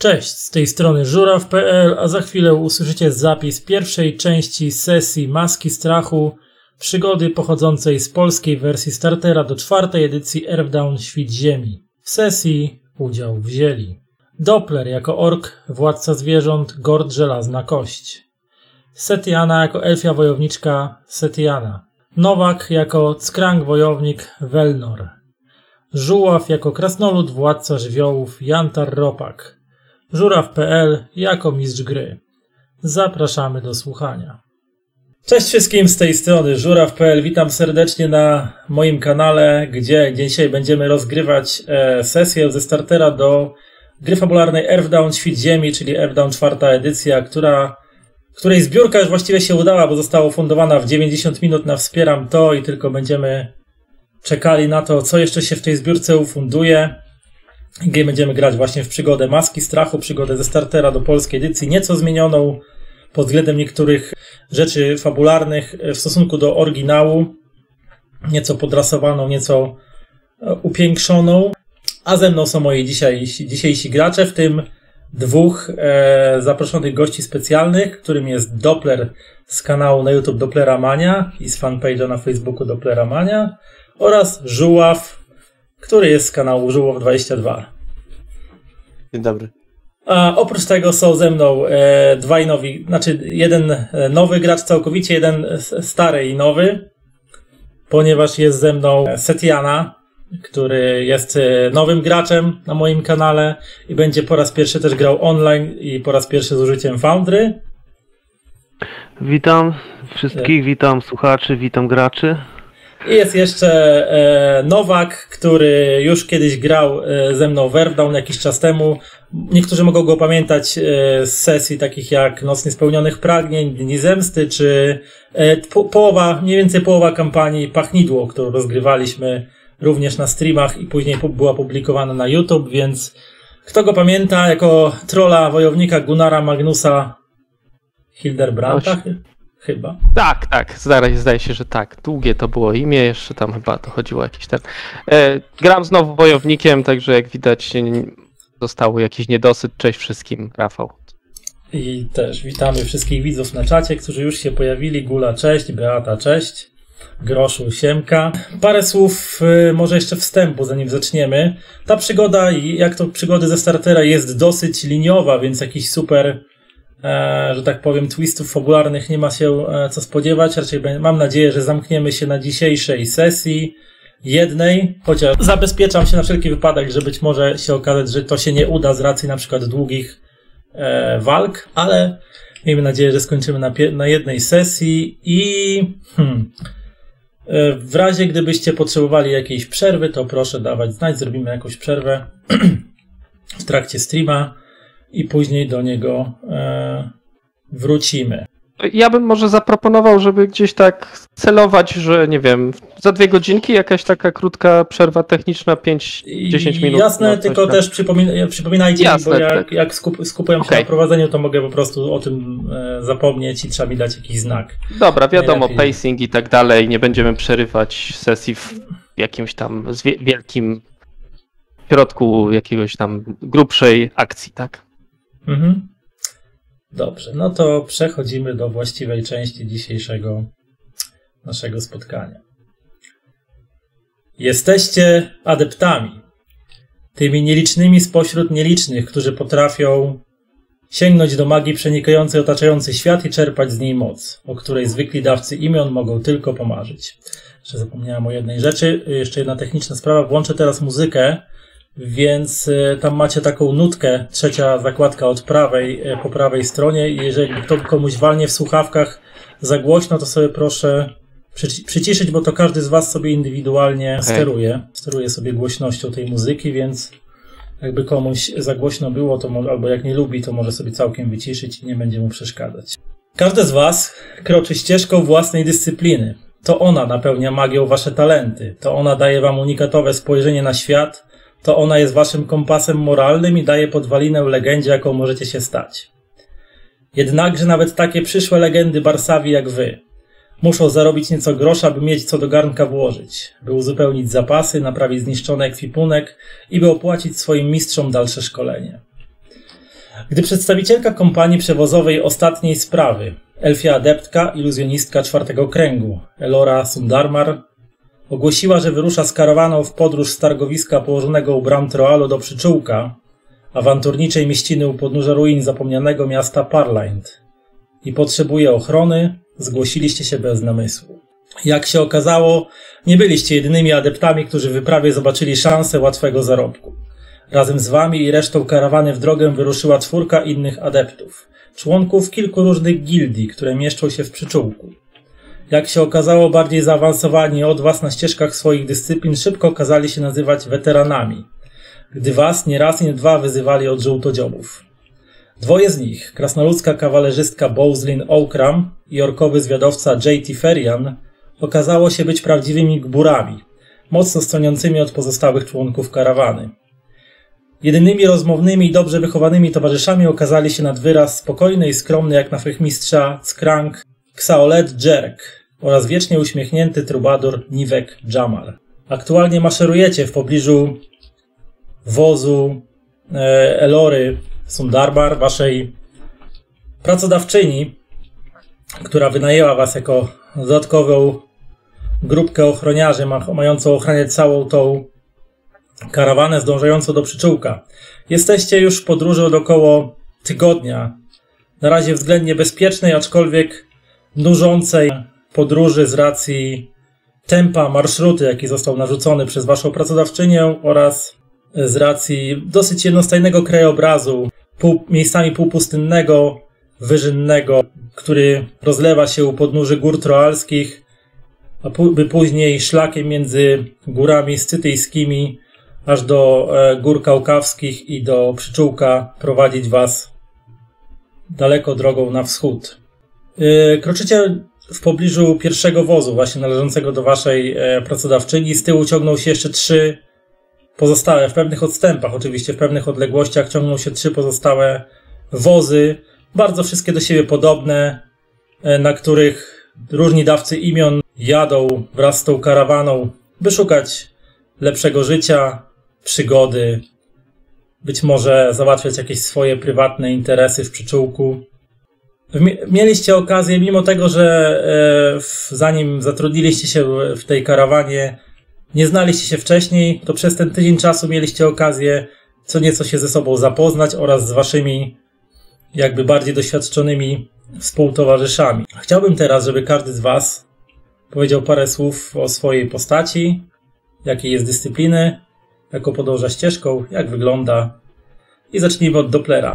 Cześć, z tej strony żuraw.pl, a za chwilę usłyszycie zapis pierwszej części sesji Maski Strachu, przygody pochodzącej z polskiej wersji startera do czwartej edycji Earthdawn Świt Ziemi. W sesji udział wzięli Doppler jako ork, władca zwierząt, Gord Żelazna Kość, Setiana jako elfia wojowniczka Setiana, Nowak jako Skrang wojownik Welnor, Żuław jako krasnolud, władca żywiołów Jantar Ropak, żuraw.pl jako mistrz gry. Zapraszamy do słuchania. Cześć wszystkim, z tej strony żuraw.pl. Witam serdecznie na moim kanale, gdzie dzisiaj będziemy rozgrywać sesję ze startera do gry fabularnej Earthdawn Świt Ziemi, czyli Earthdawn czwarta edycja, której zbiórka już właściwie się udała, bo została ufundowana w 90 minut na Wspieram To i tylko będziemy czekali na to, co jeszcze się w tej zbiórce ufunduje. Gdzie będziemy grać właśnie w przygodę Maski Strachu, przygodę ze startera do polskiej edycji, nieco zmienioną pod względem niektórych rzeczy fabularnych w stosunku do oryginału, nieco podrasowaną, nieco upiększoną, a ze mną są moi dzisiejsi gracze, w tym dwóch zaproszonych gości specjalnych, którym jest Doppler z kanału na YouTube Doppleramania i z fanpage'a na Facebooku Doppleramania oraz Żuław, który jest z kanału Żuław22. Dzień dobry. A oprócz tego są ze mną dwaj nowi, jeden nowy gracz całkowicie, jeden stary i nowy, ponieważ jest ze mną Setiana, który jest nowym graczem na moim kanale i będzie po raz pierwszy też grał online i po raz pierwszy z użyciem Foundry. Witam wszystkich, witam słuchaczy, witam graczy. I jest jeszcze Nowak, który już kiedyś grał ze mną w Earthdawn jakiś czas temu. Niektórzy mogą go pamiętać z sesji takich jak Noc Niespełnionych Pragnień, Dni Zemsty, czy mniej więcej połowa kampanii Pachnidło, którą rozgrywaliśmy również na streamach i później była publikowana na YouTube, więc kto go pamięta jako trolla wojownika Gunnara Magnusa Hilderbrandta? Chyba. Tak, zdaje się, że tak. Długie to było imię, jeszcze tam chyba to chodziło jakiś ten. Gram znowu wojownikiem, także jak widać został jakiś niedosyt. Cześć wszystkim, Rafał. I też witamy wszystkich widzów na czacie, którzy już się pojawili. Gula, cześć, Beata, cześć, Groszu, siemka. Parę słów może jeszcze wstępu, zanim zaczniemy. Ta przygoda, jak to przygody ze startera, jest dosyć liniowa, więc jakiś super, że tak powiem, twistów fabularnych nie ma się co spodziewać. Raczej mam nadzieję, że zamkniemy się na dzisiejszej sesji jednej, chociaż zabezpieczam się na wszelki wypadek, że być może się okazać, że to się nie uda z racji na przykład długich walk, ale miejmy nadzieję, że skończymy na jednej sesji i w razie gdybyście potrzebowali jakiejś przerwy, to proszę dawać znać, zrobimy jakąś przerwę w trakcie streama i później do niego wrócimy. Ja bym może zaproponował, żeby gdzieś tak celować, że nie wiem, za 2 godzinki jakaś taka krótka przerwa techniczna, 5-10 minut. Jasne, tylko też przypominajcie mi, bo jak skupiam się na prowadzeniu, to mogę po prostu o tym zapomnieć i trzeba mi dać jakiś znak. Dobra, wiadomo, pacing i tak dalej, nie będziemy przerywać sesji w jakimś tam wielkim środku jakiegoś tam grubszej akcji, tak? Mhm. Dobrze, no to przechodzimy do właściwej części dzisiejszego naszego spotkania. Jesteście adeptami, tymi nielicznymi spośród nielicznych, którzy potrafią sięgnąć do magii przenikającej otaczający świat i czerpać z niej moc, o której zwykli dawcy imion mogą tylko pomarzyć. Jeszcze zapomniałem o jednej rzeczy, jeszcze jedna techniczna sprawa, włączę teraz muzykę, więc tam macie taką nutkę, trzecia zakładka od prawej, po prawej stronie. Jeżeli to komuś walnie w słuchawkach za głośno, to sobie proszę przyciszyć, bo to każdy z was sobie indywidualnie steruje sobie głośnością tej muzyki, więc jakby komuś za głośno było, to może, albo jak nie lubi, to może sobie całkiem wyciszyć i nie będzie mu przeszkadzać. Każdy z was kroczy ścieżką własnej dyscypliny. To ona napełnia magią wasze talenty. To ona daje wam unikatowe spojrzenie na świat. To ona jest waszym kompasem moralnym i daje podwalinę legendzie, jaką możecie się stać. Jednakże nawet takie przyszłe legendy Barsawi jak wy muszą zarobić nieco grosza, by mieć co do garnka włożyć, by uzupełnić zapasy, naprawić zniszczony ekwipunek i by opłacić swoim mistrzom dalsze szkolenie. Gdy przedstawicielka kompanii przewozowej ostatniej sprawy, elfia adeptka, iluzjonistka czwartego kręgu, Elora Sundarmar, ogłosiła, że wyrusza z karawaną w podróż z targowiska położonego u bram Troalu do Przyczółka, awanturniczej mieściny u podnóża ruin zapomnianego miasta Parlind, i potrzebuje ochrony, zgłosiliście się bez namysłu. Jak się okazało, nie byliście jedynymi adeptami, którzy w wyprawie zobaczyli szansę łatwego zarobku. Razem z wami i resztą karawany w drogę wyruszyła 4 innych adeptów, członków kilku różnych gildii, które mieszczą się w Przyczółku. Jak się okazało, bardziej zaawansowani od was na ścieżkach swoich dyscyplin szybko okazali się nazywać weteranami, gdy was nie raz i nie dwa wyzywali od żółtodziobów. 2 z nich, krasnoludzka kawalerzystka Bowslin Oakram i orkowy zwiadowca J.T. Ferian, okazało się być prawdziwymi gburami, mocno stroniącymi od pozostałych członków karawany. Jedynymi rozmownymi i dobrze wychowanymi towarzyszami okazali się nad wyraz spokojny i skromny jak na wszechmistrza Skrang Xaolet Jerk oraz wiecznie uśmiechnięty trubadur Niwek Jamal. Aktualnie maszerujecie w pobliżu wozu Elory Sundarmar, waszej pracodawczyni, która wynajęła was jako dodatkową grupkę ochroniarzy mającą ochraniać całą tą karawanę zdążającą do Przyczółka. Jesteście już w podróży od około tygodnia. Na razie względnie bezpiecznej, aczkolwiek nużącej podróży z racji tempa marszrutu, jaki został narzucony przez waszą pracodawczynię, oraz z racji dosyć jednostajnego krajobrazu, miejscami półpustynnego, wyżynnego, który rozlewa się u podnóży gór troalskich, by później szlakiem między górami scytyjskimi aż do gór kaukawskich i do Przyczółka prowadzić was daleko drogą na wschód. Kroczycie w pobliżu pierwszego wozu, właśnie należącego do waszej pracodawczyni. Z tyłu ciągną się jeszcze 3 pozostałe, w pewnych odstępach, oczywiście w pewnych odległościach ciągną się 3 pozostałe wozy, bardzo wszystkie do siebie podobne, na których różni dawcy imion jadą wraz z tą karawaną, by szukać lepszego życia, przygody, być może załatwiać jakieś swoje prywatne interesy w Przyczółku. Mieliście okazję, mimo tego, że zanim zatrudniliście się w tej karawanie, nie znaliście się wcześniej, to przez ten tydzień czasu mieliście okazję co nieco się ze sobą zapoznać oraz z waszymi jakby bardziej doświadczonymi współtowarzyszami. Chciałbym teraz, żeby każdy z was powiedział parę słów o swojej postaci, jakiej jest dyscypliny, jaką podąża ścieżką, jak wygląda. I zacznijmy od Dopplera.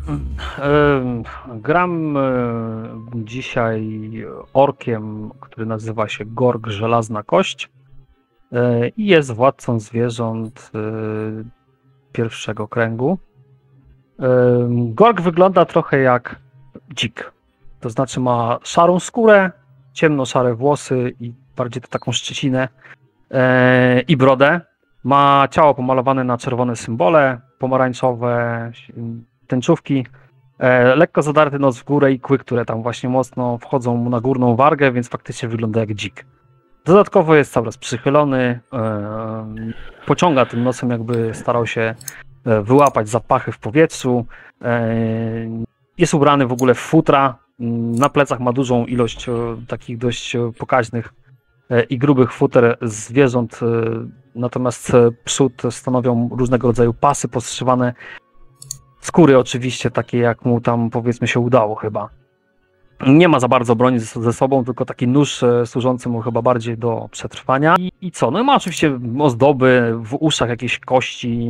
Gram dzisiaj orkiem, który nazywa się Gorg Żelazna Kość i jest władcą zwierząt pierwszego kręgu. Gorg wygląda trochę jak dzik, to znaczy ma szarą skórę, ciemno-szare włosy i bardziej to taką szczecinę i brodę. Ma ciało pomalowane na czerwone symbole, pomarańczowe tęczówki, lekko zadarty nos w górę i kły, które tam właśnie mocno wchodzą mu na górną wargę, więc faktycznie wygląda jak dzik. Dodatkowo jest cały czas przychylony, pociąga tym nosem, jakby starał się wyłapać zapachy w powietrzu. Jest ubrany w ogóle w futra, na plecach ma dużą ilość takich dość pokaźnych i grubych futer zwierząt, natomiast przód stanowią różnego rodzaju pasy postrzywane, skóry oczywiście, takie jak mu tam powiedzmy się udało chyba. Nie ma za bardzo broni ze sobą, tylko taki nóż służący mu chyba bardziej do przetrwania. I co? No i ma oczywiście ozdoby, w uszach jakieś kości,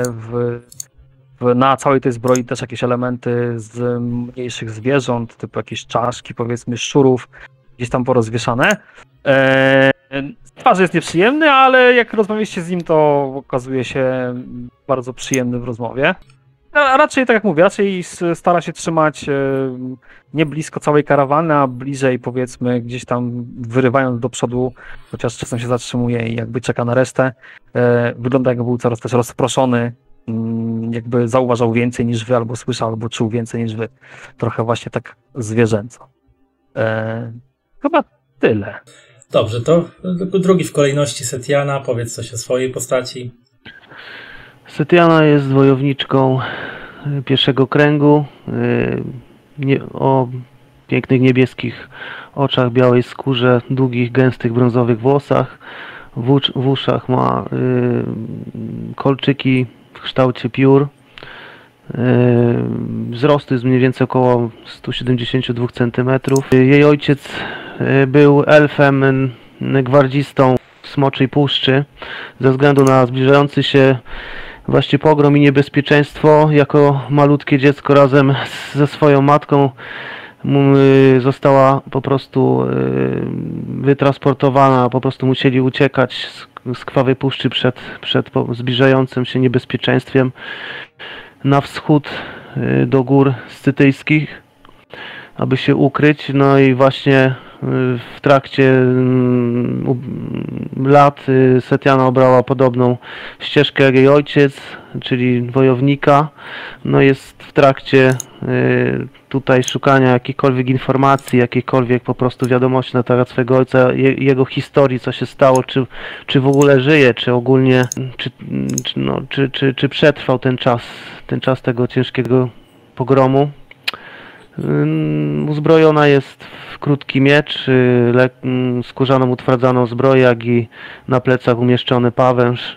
na całej tej zbroi też jakieś elementy z mniejszych zwierząt, typu jakieś czaszki, powiedzmy szczurów, gdzieś tam porozwieszane. Twarz jest nieprzyjemny, ale jak rozmawialiście z nim, to okazuje się bardzo przyjemny w rozmowie. A raczej, tak jak mówię, raczej stara się trzymać nie blisko całej karawany, a bliżej, powiedzmy, gdzieś tam wyrywając do przodu, chociaż czasem się zatrzymuje i jakby czeka na resztę. Wygląda, jakby był coraz też rozproszony, jakby zauważał więcej niż wy, albo słyszał, albo czuł więcej niż wy. Trochę właśnie tak zwierzęco. Chyba tyle. Dobrze, to drugi w kolejności Setiana. Powiedz coś o swojej postaci. Setiana jest wojowniczką pierwszego kręgu, o pięknych niebieskich oczach, białej skórze, długich, gęstych, brązowych włosach. W uszach ma kolczyki w kształcie piór. Wzrost jest mniej więcej około 172 cm. Jej ojciec był elfem, gwardzistą Smoczej Puszczy. Ze względu na zbliżający się właśnie pogrom i niebezpieczeństwo, jako malutkie dziecko razem ze swoją matką została po prostu wytransportowana, po prostu musieli uciekać z Krwawej Puszczy przed zbliżającym się niebezpieczeństwem na wschód do gór scytyjskich, aby się ukryć. No i właśnie w trakcie lat Setiana obrała podobną ścieżkę jak jej ojciec, czyli wojownika. No jest w trakcie tutaj szukania jakichkolwiek informacji, jakiejkolwiek po prostu wiadomości na temat swojego ojca, jego historii, co się stało, czy w ogóle żyje, czy ogólnie, czy przetrwał ten czas tego ciężkiego pogromu. Uzbrojona jest w krótki miecz, skórzaną utwardzaną zbroję, jak i na plecach umieszczony pawęż.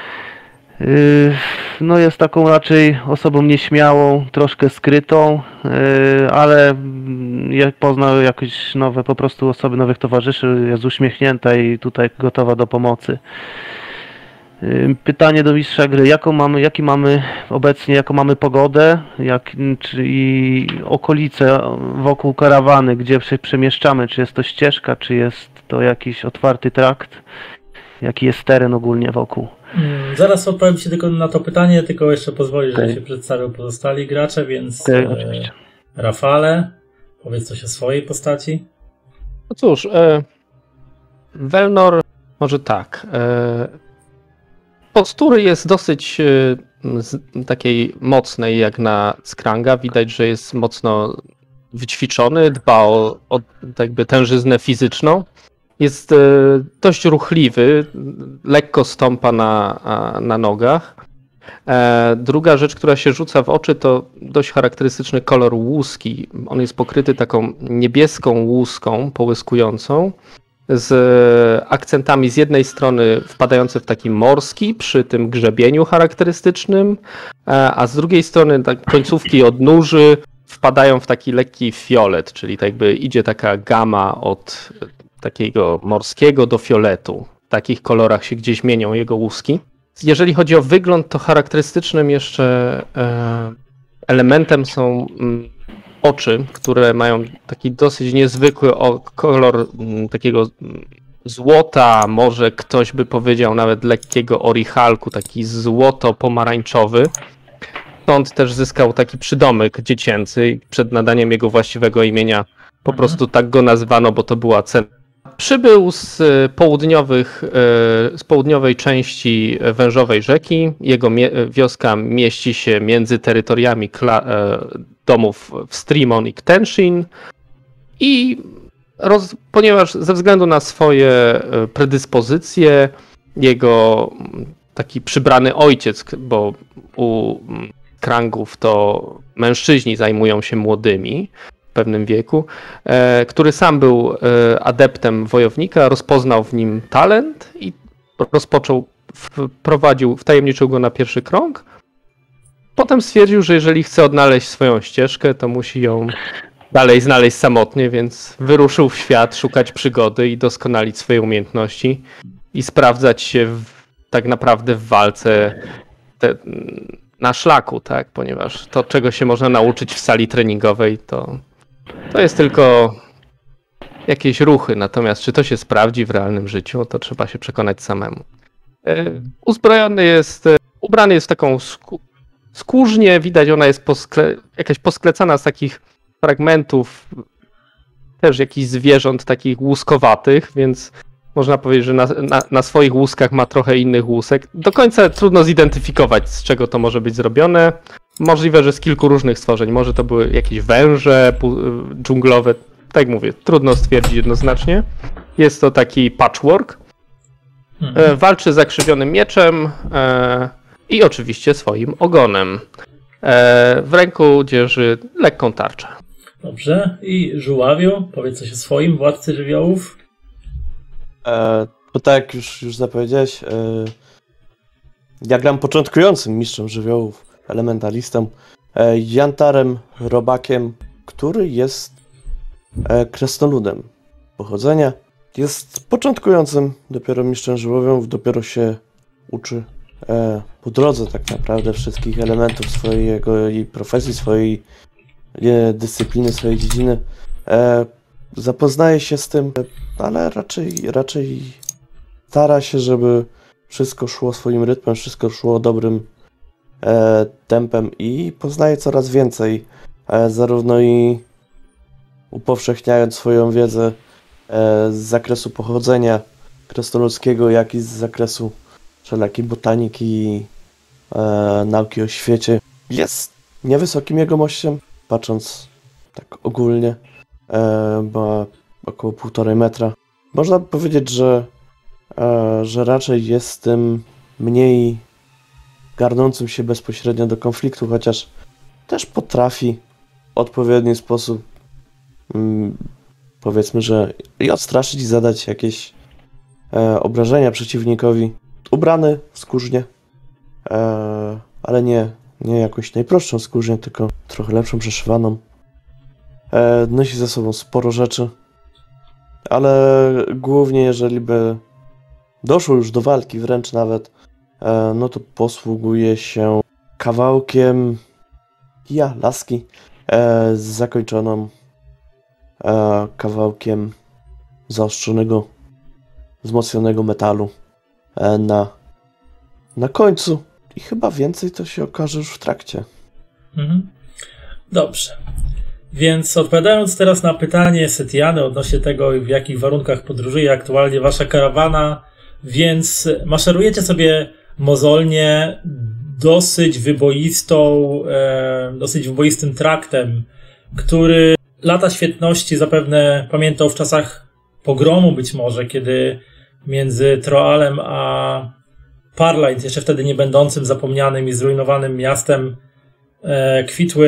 No jest taką raczej osobą nieśmiałą, troszkę skrytą, ale jak poznał jakieś nowe po prostu osoby, nowych towarzyszy, jest uśmiechnięta i tutaj gotowa do pomocy. Pytanie do mistrza gry, jaką mamy pogodę, i okolice wokół karawany, gdzie się przemieszczamy, czy jest to ścieżka, czy jest to jakiś otwarty trakt, jaki jest teren ogólnie wokół. Zaraz odpowiem Ci tylko na to pytanie, tylko jeszcze pozwolisz, że się przedstawią pozostali gracze, więc oczywiście. Rafale, powiedz coś o swojej postaci. No cóż, Welnor może tak. Postury jest dosyć takiej mocnej jak na Skranga. Widać, że jest mocno wyćwiczony, dba o jakby tężyznę fizyczną. Jest dość ruchliwy, lekko stąpa na nogach. Druga rzecz, która się rzuca w oczy, to dość charakterystyczny kolor łuski. On jest pokryty taką niebieską łuską połyskującą, z akcentami z jednej strony wpadające w taki morski przy tym grzebieniu charakterystycznym, a z drugiej strony tak końcówki odnóży wpadają w taki lekki fiolet, czyli tak jakby idzie taka gama od takiego morskiego do fioletu. W takich kolorach się gdzieś mienią jego łuski. Jeżeli chodzi o wygląd, to charakterystycznym jeszcze elementem są oczy, które mają taki dosyć niezwykły kolor takiego złota, może ktoś by powiedział nawet lekkiego orichalku, taki złoto-pomarańczowy. Stąd też zyskał taki przydomek dziecięcy i przed nadaniem jego właściwego imienia po prostu tak go nazwano, bo to była cena. Przybył z południowej części wężowej rzeki. Jego wioska mieści się między terytoriami domów w Strymon i Ktenshin. I ponieważ ze względu na swoje predyspozycje, jego taki przybrany ojciec, bo u Krangów to mężczyźni zajmują się młodymi w pewnym wieku, który sam był adeptem wojownika, rozpoznał w nim talent i wtajemniczył go na pierwszy krąg. Potem stwierdził, że jeżeli chce odnaleźć swoją ścieżkę, to musi ją dalej znaleźć samotnie, więc wyruszył w świat szukać przygody i doskonalić swoje umiejętności i sprawdzać się tak naprawdę w walce na szlaku, tak? Ponieważ to, czego się można nauczyć w sali treningowej, to jest tylko jakieś ruchy, natomiast czy to się sprawdzi w realnym życiu, to trzeba się przekonać samemu. Ubrany jest w taką skórznię, widać, ona jest jakaś posklecana z takich fragmentów też jakichś zwierząt takich łuskowatych, więc można powiedzieć, że na swoich łuskach ma trochę innych łusek. Do końca trudno zidentyfikować, z czego to może być zrobione. Możliwe, że z kilku różnych stworzeń. Może to były jakieś węże dżunglowe. Tak jak mówię, trudno stwierdzić jednoznacznie. Jest to taki patchwork. Walczy zakrzywionym mieczem i oczywiście swoim ogonem. W ręku dzierży lekką tarczę. Dobrze. I żuławiu, powiedz coś o swoim władcy żywiołów. Bo tak jak już zapowiedziałeś, ja gram początkującym mistrzem żywiołów, elementalistą, jantarem, robakiem, który jest krasnoludem pochodzenia. Jest początkującym dopiero mistrzem żywiołów, dopiero się uczy po drodze tak naprawdę wszystkich elementów swojej profesji, swojej dyscypliny, swojej dziedziny. Zapoznaje się z tym, ale raczej stara się, żeby wszystko szło swoim rytmem, wszystko szło dobrym tempem i poznaje coraz więcej, zarówno i upowszechniając swoją wiedzę z zakresu pochodzenia krasnoludzkiego, jak i z zakresu wszelakiej botaniki i nauki o świecie. Jest niewysokim jegomościem, patrząc tak ogólnie, ma około 1,5 metra. Można powiedzieć, że raczej jest tym mniej garnącym się bezpośrednio do konfliktu, chociaż też potrafi w odpowiedni sposób powiedzmy, że i odstraszyć i zadać jakieś obrażenia przeciwnikowi. Ubrany skórznie, ale nie jakąś najprostszą skórznię, tylko trochę lepszą, przeszywaną. Nosi ze sobą sporo rzeczy, ale głównie jeżeli by doszło już do walki, wręcz nawet, no to posługuje się kawałkiem laski z zakończoną kawałkiem zaostrzonego, wzmocnionego metalu na końcu. I chyba więcej to się okaże już w trakcie. Dobrze. Więc odpowiadając teraz na pytanie Setiany odnośnie tego, w jakich warunkach podróżuje aktualnie wasza karawana, więc maszerujecie sobie mozolnie dosyć wyboistym traktem, który lata świetności zapewne pamiętał w czasach pogromu być może, kiedy między Troalem a Parlight, jeszcze wtedy nie będącym zapomnianym i zrujnowanym miastem, kwitł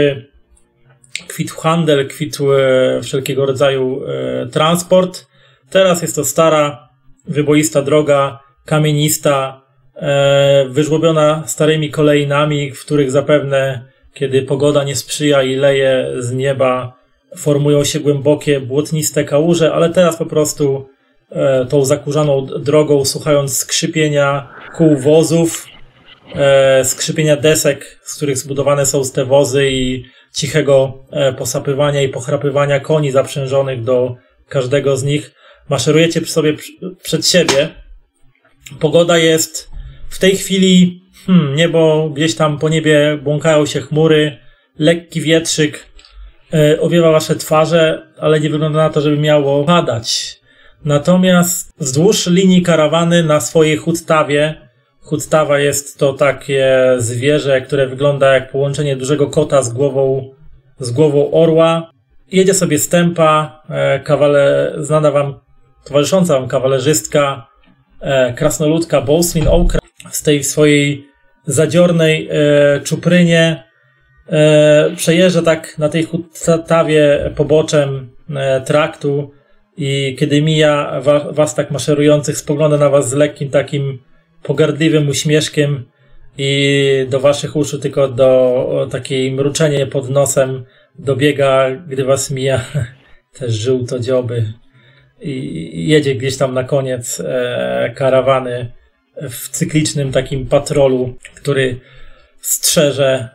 handel, kwitł wszelkiego rodzaju transport. Teraz jest to stara, wyboista droga, kamienista, wyżłobiona starymi kolejnami, w których zapewne, kiedy pogoda nie sprzyja i leje z nieba, formują się głębokie, błotniste kałuże, ale teraz po prostu tą zakurzaną drogą, słuchając skrzypienia kół wozów, skrzypienia desek, z których zbudowane są te wozy i cichego posapywania i pochrapywania koni zaprzężonych do każdego z nich, maszerujecie sobie przed siebie. Pogoda jest w tej chwili, niebo, gdzieś tam po niebie błąkają się chmury, lekki wietrzyk owiewa wasze twarze, ale nie wygląda na to, żeby miało padać. Natomiast wzdłuż linii karawany na swojej huttawie, huttawa jest to takie zwierzę, które wygląda jak połączenie dużego kota z głową orła. Jedzie sobie stępa, znana wam, towarzysząca wam kawalerzystka, krasnoludka Boslin Oak z tej swojej zadziornej czuprynie. Przejeżdża tak na tej huttawie poboczem traktu i kiedy mija was tak maszerujących, spogląda na was z lekkim takim pogardliwym uśmieszkiem i do waszych uszu tylko do takiej mruczenie pod nosem dobiega, gdy was mija te żółtodzioby i jedzie gdzieś tam na koniec karawany w cyklicznym takim patrolu, który strzeże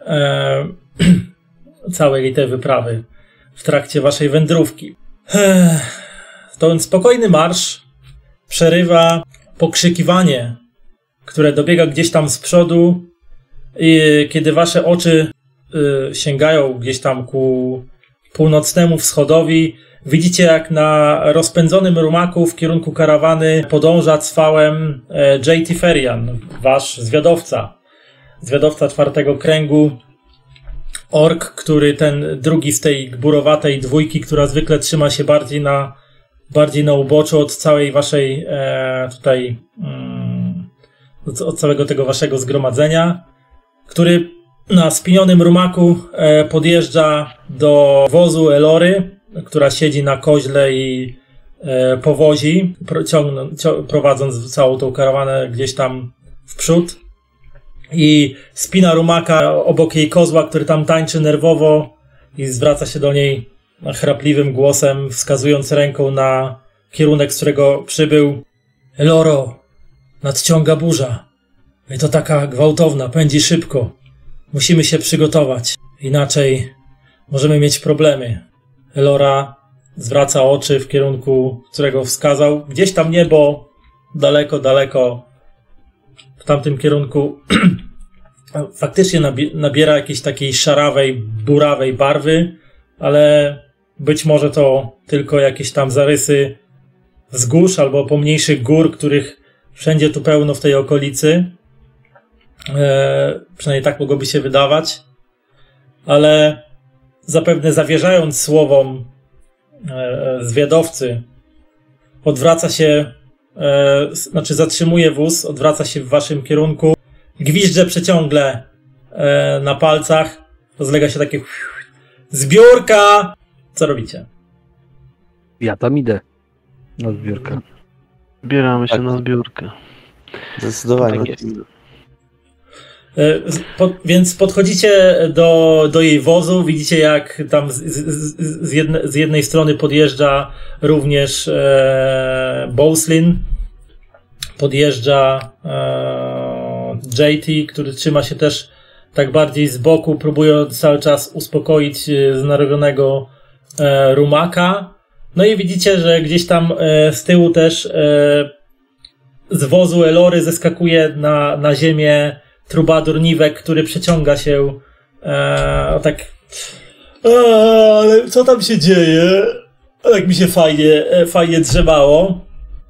całej tej wyprawy w trakcie waszej wędrówki. Ten spokojny marsz przerywa pokrzykiwanie, które dobiega gdzieś tam z przodu i kiedy wasze oczy sięgają gdzieś tam ku północnemu wschodowi, widzicie jak na rozpędzonym rumaku w kierunku karawany podąża cwałem J.T. Ferian, wasz zwiadowca 4. kręgu, ork, który ten drugi z tej gburowatej dwójki, która zwykle trzyma się bardziej na uboczu od całej waszej od całego tego waszego zgromadzenia, który na spinionym rumaku podjeżdża do wozu Elory, która siedzi na koźle i powozi, prowadząc całą tą karawanę gdzieś tam w przód. I spina rumaka obok jej kozła, który tam tańczy nerwowo i zwraca się do niej chrapliwym głosem, wskazując ręką na kierunek, z którego przybył. Eloro, nadciąga burza. I to taka gwałtowna, pędzi szybko. Musimy się przygotować, inaczej możemy mieć problemy. Elora zwraca oczy w kierunku, którego wskazał. Gdzieś tam niebo, daleko, daleko, w tamtym kierunku faktycznie nabiera jakiejś takiej szarawej, burawej barwy, ale być może to tylko jakieś tam zarysy wzgórz albo pomniejszych gór, których wszędzie tu pełno w tej okolicy. Przynajmniej tak mogłoby się wydawać. Ale zapewne zawierzając słowom zwiadowcy, odwraca się, znaczy zatrzymuje wóz, odwraca się w waszym kierunku, gwizdże przeciągle na palcach, rozlega się takie zbiórka! Co robicie? Ja tam idę na zbiórkę. Zbieramy się na zbiórkę. Zdecydowanie. Tak jest. Więc podchodzicie do jej wozu, widzicie jak tam z jednej strony podjeżdża również Bowslin, podjeżdża JT, który trzyma się też tak bardziej z boku, próbując cały czas uspokoić znarowionego rumaka. No i widzicie, że gdzieś tam z tyłu też z wozu Elory zeskakuje na ziemię trubadur Niwek, który przeciąga się tak. Ale co tam się dzieje? Tak mi się fajnie drzebało.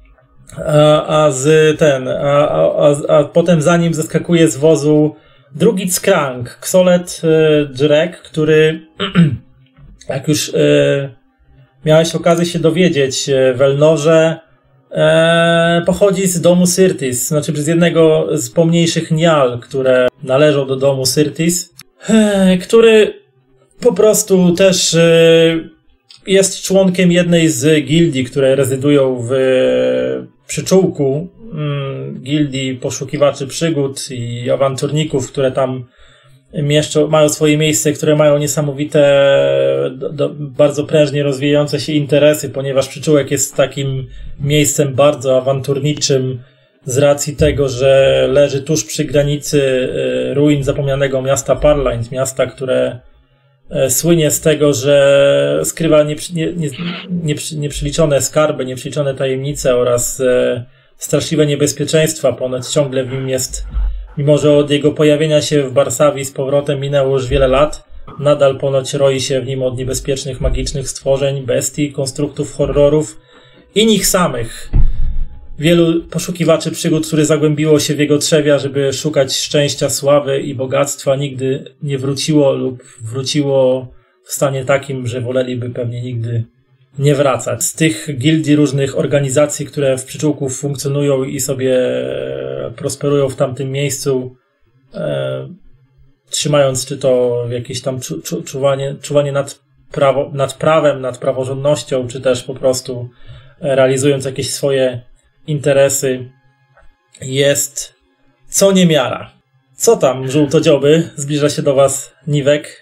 A potem za nim zeskakuje z wozu drugi Skrang, Xolet Drek, który jak już miałeś okazję się dowiedzieć w Elnorze, pochodzi z domu Syrtis, znaczy z jednego z pomniejszych Nial, które należą do domu Syrtis, który po prostu też jest członkiem jednej z gildii, które rezydują w przyczółku gildii poszukiwaczy przygód i awanturników, które tam mają swoje miejsce, które mają niesamowite, bardzo prężnie rozwijające się interesy, ponieważ przyczółek jest takim miejscem bardzo awanturniczym z racji tego, że leży tuż przy granicy ruin zapomnianego miasta Parlind, miasta, które słynie z tego, że skrywa nieprzeliczone skarby, nieprzeliczone tajemnice oraz straszliwe niebezpieczeństwa. Ponoć ciągle w nim jest, mimo że od jego pojawienia się w Barsawii z powrotem minęło już wiele lat, nadal ponoć roi się w nim od niebezpiecznych, magicznych stworzeń, bestii, konstruktów, horrorów i nich samych. Wielu poszukiwaczy przygód, które zagłębiło się w jego trzewia, żeby szukać szczęścia, sławy i bogactwa, nigdy nie wróciło lub wróciło w stanie takim, że woleliby pewnie nigdy nie wracać. Z tych gildii różnych organizacji, które w przyczółku funkcjonują i sobie prosperują w tamtym miejscu, trzymając czy to jakieś tam czuwanie nad prawem, nad praworządnością, czy też po prostu realizując jakieś swoje interesy, jest co niemiara. Co tam, żółtodzioby? Zbliża się do was Niwek,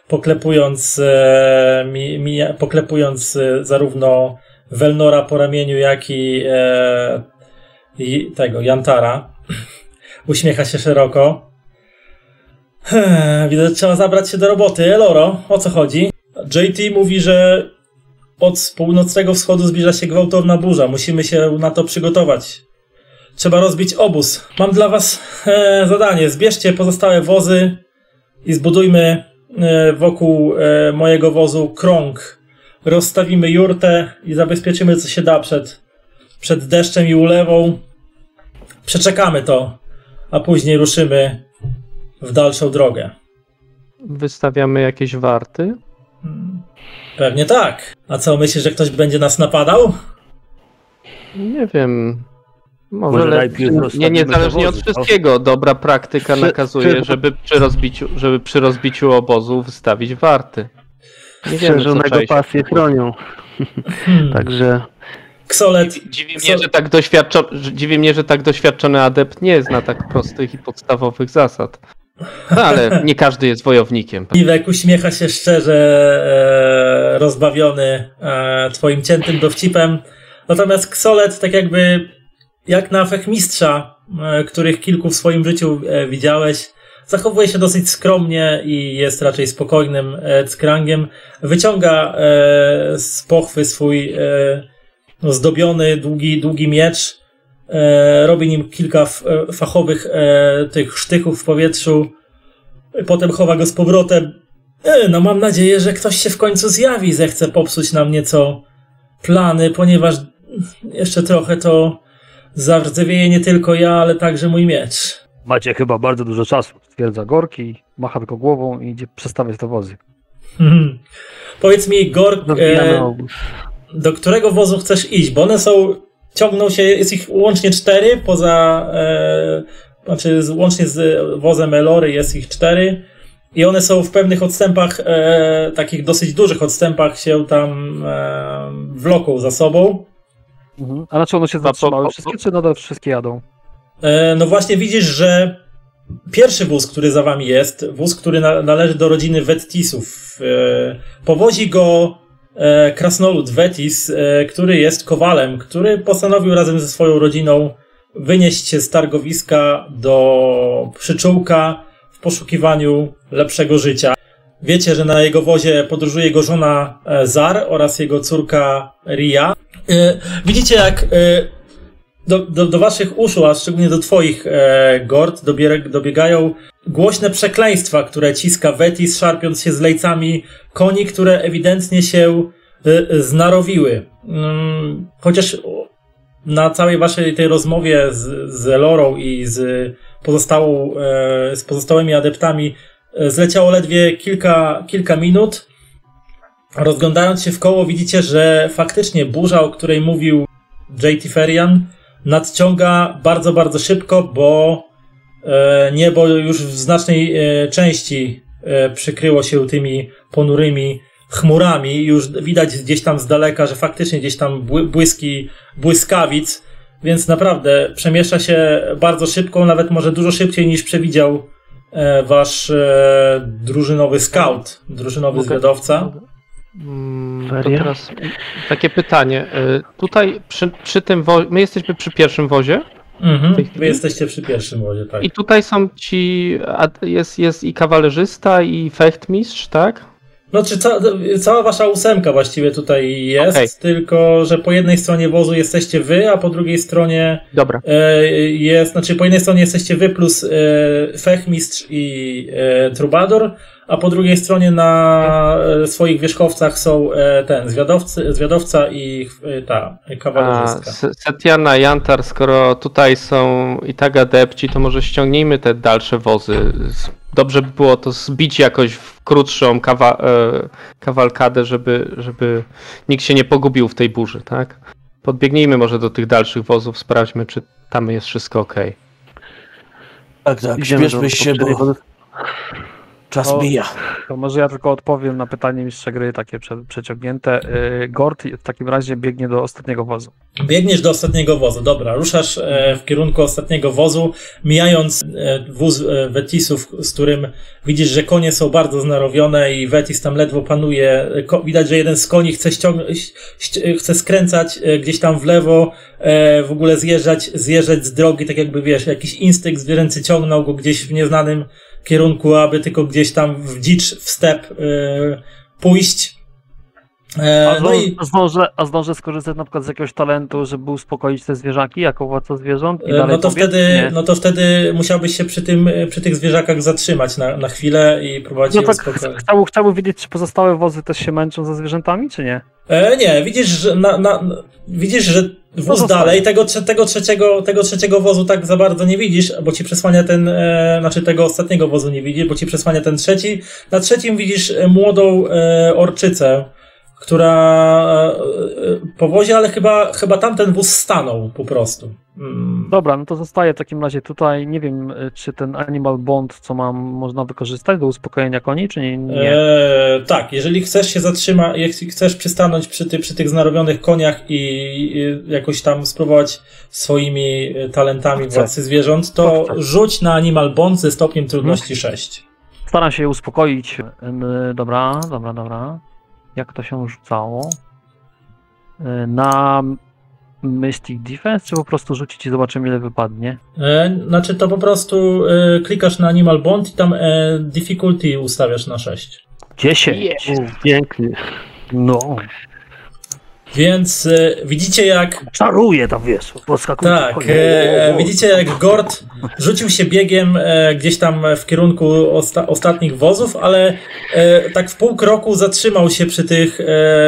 poklepując zarówno Welnora po ramieniu, jak i tego Jantara. Uśmiecha się szeroko. Widzę, że trzeba zabrać się do roboty. Eloro, o co chodzi? JT mówi, że od północnego wschodu zbliża się gwałtowna burza. Musimy się na to przygotować. Trzeba rozbić obóz. Mam dla was zadanie. Zbierzcie pozostałe wozy i zbudujmy wokół mojego wozu krąg. Rozstawimy jurtę i zabezpieczymy co się da przed deszczem i ulewą. Przeczekamy to, a później ruszymy w dalszą drogę. Wystawiamy jakieś warty? Pewnie tak. A co, myślisz, że ktoś będzie nas napadał? Nie wiem. Może najpierw nie niezależnie od dowozy, wszystkiego. Dobra praktyka nakazuje, żeby przy rozbiciu obozu wystawić warty. Nie wiemy, co Przeżonego czai się. pasje chronią. Także Ksolet, Dziwi mnie, że tak doświadczony adept nie zna tak prostych i podstawowych zasad. No, ale nie każdy jest wojownikiem. Iwek uśmiecha się szczerze, rozbawiony twoim ciętym dowcipem. Natomiast Ksolet, tak jakby jak na fechmistrza, których kilku w swoim życiu widziałeś, zachowuje się dosyć skromnie i jest raczej spokojnym ckrangiem. Wyciąga z pochwy swój zdobiony, długi miecz. Robi nim kilka fachowych tych sztychów w powietrzu. Potem chowa go z powrotem. No mam nadzieję, że ktoś się w końcu zjawi, zechce popsuć nam nieco plany, ponieważ jeszcze trochę to zardzewieje nie tylko ja, ale także mój miecz. Macie chyba bardzo dużo czasu, stwierdza Gorki, macha tylko głową i idzie przestawiać te wozy. Powiedz mi, Gork, rozbijamy obóz. do którego wozu chcesz iść? Bo one ciągną się, jest ich łącznie 4, łącznie z wozem Elory jest ich 4 i one są w pewnych odstępach, takich dosyć dużych odstępach się tam wloką za sobą. A na czy one się zatrzymały wszystkie, czy nadal wszystkie jadą? No właśnie widzisz, że pierwszy wóz, który za wami jest, wóz, który należy do rodziny Wettisów, powozi go krasnolud Wettis, który jest kowalem, który postanowił razem ze swoją rodziną wynieść się z targowiska do przyczółka w poszukiwaniu lepszego życia. Wiecie, że na jego wozie podróżuje jego żona Zar oraz jego córka Ria. Widzicie, jak do waszych uszu, a szczególnie do twoich, Gord, dobiegają głośne przekleństwa, które ciska Wettis, szarpiąc się z lejcami koni, które ewidentnie się znarowiły. Chociaż na całej waszej tej rozmowie z Elorą i z pozostałymi adeptami zleciało ledwie kilka minut. Rozglądając się w koło, widzicie, że faktycznie burza, o której mówił J.T. Ferian, nadciąga bardzo, bardzo szybko, bo niebo już w znacznej części przykryło się tymi ponurymi chmurami. Już widać gdzieś tam z daleka, że faktycznie gdzieś tam błyski błyskawic, więc naprawdę przemieszcza się bardzo szybko, nawet może dużo szybciej niż przewidział wasz drużynowy scout, drużynowy zwiadowca. To teraz takie pytanie. Tutaj przy tym wozie, my jesteśmy przy pierwszym wozie? Wy jesteście przy pierwszym wozie, tak. I tutaj są jest i kawalerzysta, i fechtmistrz, tak? No, czy cała wasza 8 właściwie tutaj jest, okay. Tylko że po jednej stronie wozu jesteście wy, a po drugiej stronie Dobra. po jednej stronie jesteście wy plus fechtmistrz i trubador, a po drugiej stronie na swoich wierzchowcach są zwiadowca i ta kawalerzystka. Setiana, Jantar, skoro tutaj są i tak adepci, to może ściągnijmy te dalsze wozy. Dobrze by było to zbić jakoś w krótszą kawalkadę, żeby nikt się nie pogubił w tej burzy, tak? Podbiegnijmy może do tych dalszych wozów, sprawdźmy, czy tam jest wszystko okej. Tak, śpieszmy się, bo czas mija. To może ja tylko odpowiem na pytanie mistrza gry, takie przeciągnięte. Gord w takim razie biegnie do ostatniego wozu. Biegniesz do ostatniego wozu, dobra. Ruszasz w kierunku ostatniego wozu, mijając wóz Wettisów, z którym widzisz, że konie są bardzo znarowione i Wettis tam ledwo panuje. Widać, że jeden z koni chce skręcać gdzieś tam w lewo, w ogóle zjeżdżać z drogi, tak jakby, wiesz, jakiś instynkt zwierzęcy ciągnął go gdzieś w nieznanym kierunku, aby tylko gdzieś tam w dzicz, w step pójść. A zdążę skorzystać na przykład z jakiegoś talentu, żeby uspokoić te zwierzaki jako władca zwierząt? I no to wtedy musiałbyś się przy tych zwierzakach zatrzymać na chwilę i próbować je uspokoić. Chciałbym wiedzieć, czy pozostałe wozy też się męczą ze zwierzętami, czy nie? Nie, widzisz, że wóz dalej, tego trzeciego wozu tak za bardzo nie widzisz, bo ci przesłania tego ostatniego wozu nie widzisz, bo ci przesłania ten trzeci. Na trzecim widzisz młodą orczycę, która powozi, ale chyba tamten wóz stanął po prostu. Dobra, no to zostaje w takim razie tutaj. Nie wiem, czy ten Animal Bond, co mam, można wykorzystać do uspokojenia koni, czy nie? Tak, jeżeli chcesz się zatrzymać, jeśli chcesz przystanąć przy tych znarobionych koniach i jakoś tam spróbować swoimi talentami władcy zwierząt, to rzuć na Animal Bond ze stopniem trudności 6. Staram się je uspokoić. Dobra. Jak to się rzucało? Na Mystic Defense, czy po prostu rzucić i zobaczymy, ile wypadnie? Znaczy to po prostu klikasz na Animal Bond i tam difficulty ustawiasz na 6. 10. Pięknie. No. Więc widzicie jak... Czaruje tam, wiesz, poskakuje. Tak, widzicie jak Gord rzucił się biegiem gdzieś tam w kierunku ostatnich wozów, ale tak w pół kroku zatrzymał się przy tych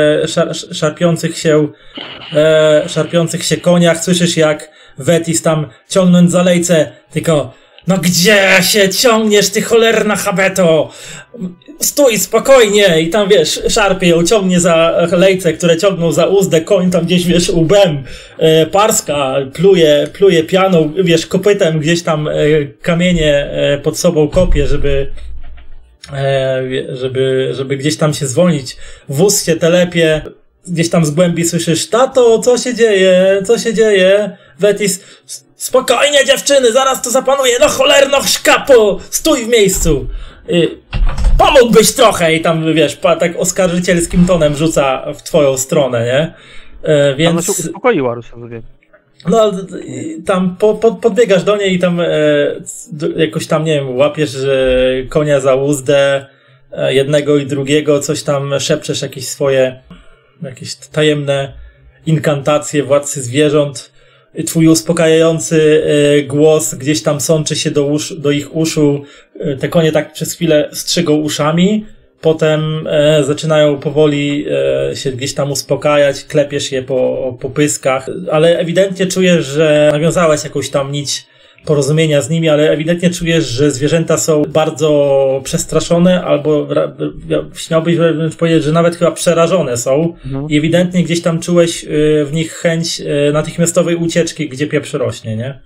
szarpiących się koniach. Słyszysz jak Vetis tam ciągnąć za lejce, tylko no gdzie się ciągniesz, ty cholerna habeto? Stój spokojnie! I tam wiesz, szarpie ją, ciągnie za lejce, które ciągną za uzdę, koń tam gdzieś wiesz łbem parska, pluje pianą, wiesz, kopytem gdzieś tam kamienie pod sobą kopie, żeby gdzieś tam się zwolnić. Wóz się telepie, gdzieś tam z głębi słyszysz: tato, co się dzieje? Co się dzieje? Vetis: spokojnie dziewczyny, zaraz to zapanuje, no cholerno szkapo, stój w miejscu. Pomógłbyś trochę, i tam wiesz, tak oskarżycielskim tonem rzuca w twoją stronę, nie? Więc... Ona się uspokoiła, Ruszowie. No, tam podbiegasz do niej i tam jakoś tam, nie wiem, łapiesz konia za uzdę, jednego i drugiego, coś tam szepczesz, jakieś tajemne inkantacje władcy zwierząt. Twój uspokajający głos gdzieś tam sączy się do ich uszu. Te konie tak przez chwilę strzygą uszami, potem zaczynają powoli się gdzieś tam uspokajać, klepiesz je po pyskach, ale ewidentnie czujesz, że nawiązałeś jakąś tam nić porozumienia z nimi, ale ewidentnie czujesz, że zwierzęta są bardzo przestraszone, albo śmiałbyś wręcz powiedzieć, że nawet chyba przerażone są. I ewidentnie gdzieś tam czułeś w nich chęć natychmiastowej ucieczki, gdzie pieprz rośnie, nie?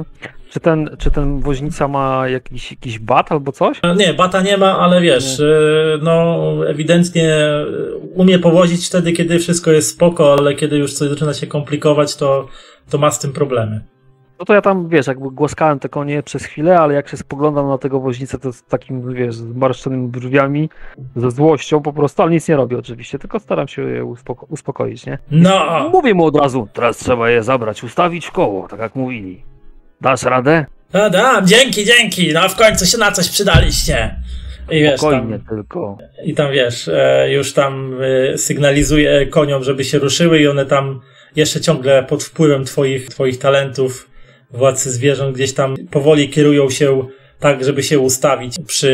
Czy ten woźnica ma jakiś bat albo coś? Nie, bata nie ma, ale wiesz, no ewidentnie umie powozić wtedy, kiedy wszystko jest spoko, ale kiedy już coś zaczyna się komplikować, to ma z tym problemy. No to ja tam, wiesz, jakby głaskałem te konie przez chwilę, ale jak się spoglądam na tego woźnicę, to z takim, wiesz, zmarszczonymi brwiami, ze złością po prostu, ale nic nie robię oczywiście, tylko staram się je uspokoić, nie? No! Mówię mu od razu: teraz trzeba je zabrać, ustawić w koło, tak jak mówili. Dasz radę? Dam, dzięki, no w końcu się na coś przydaliście. I wiesz, spokojnie tylko. I tam wiesz, już tam sygnalizuje koniom, żeby się ruszyły, i one tam jeszcze ciągle pod wpływem twoich talentów władcy zwierząt gdzieś tam powoli kierują się tak, żeby się ustawić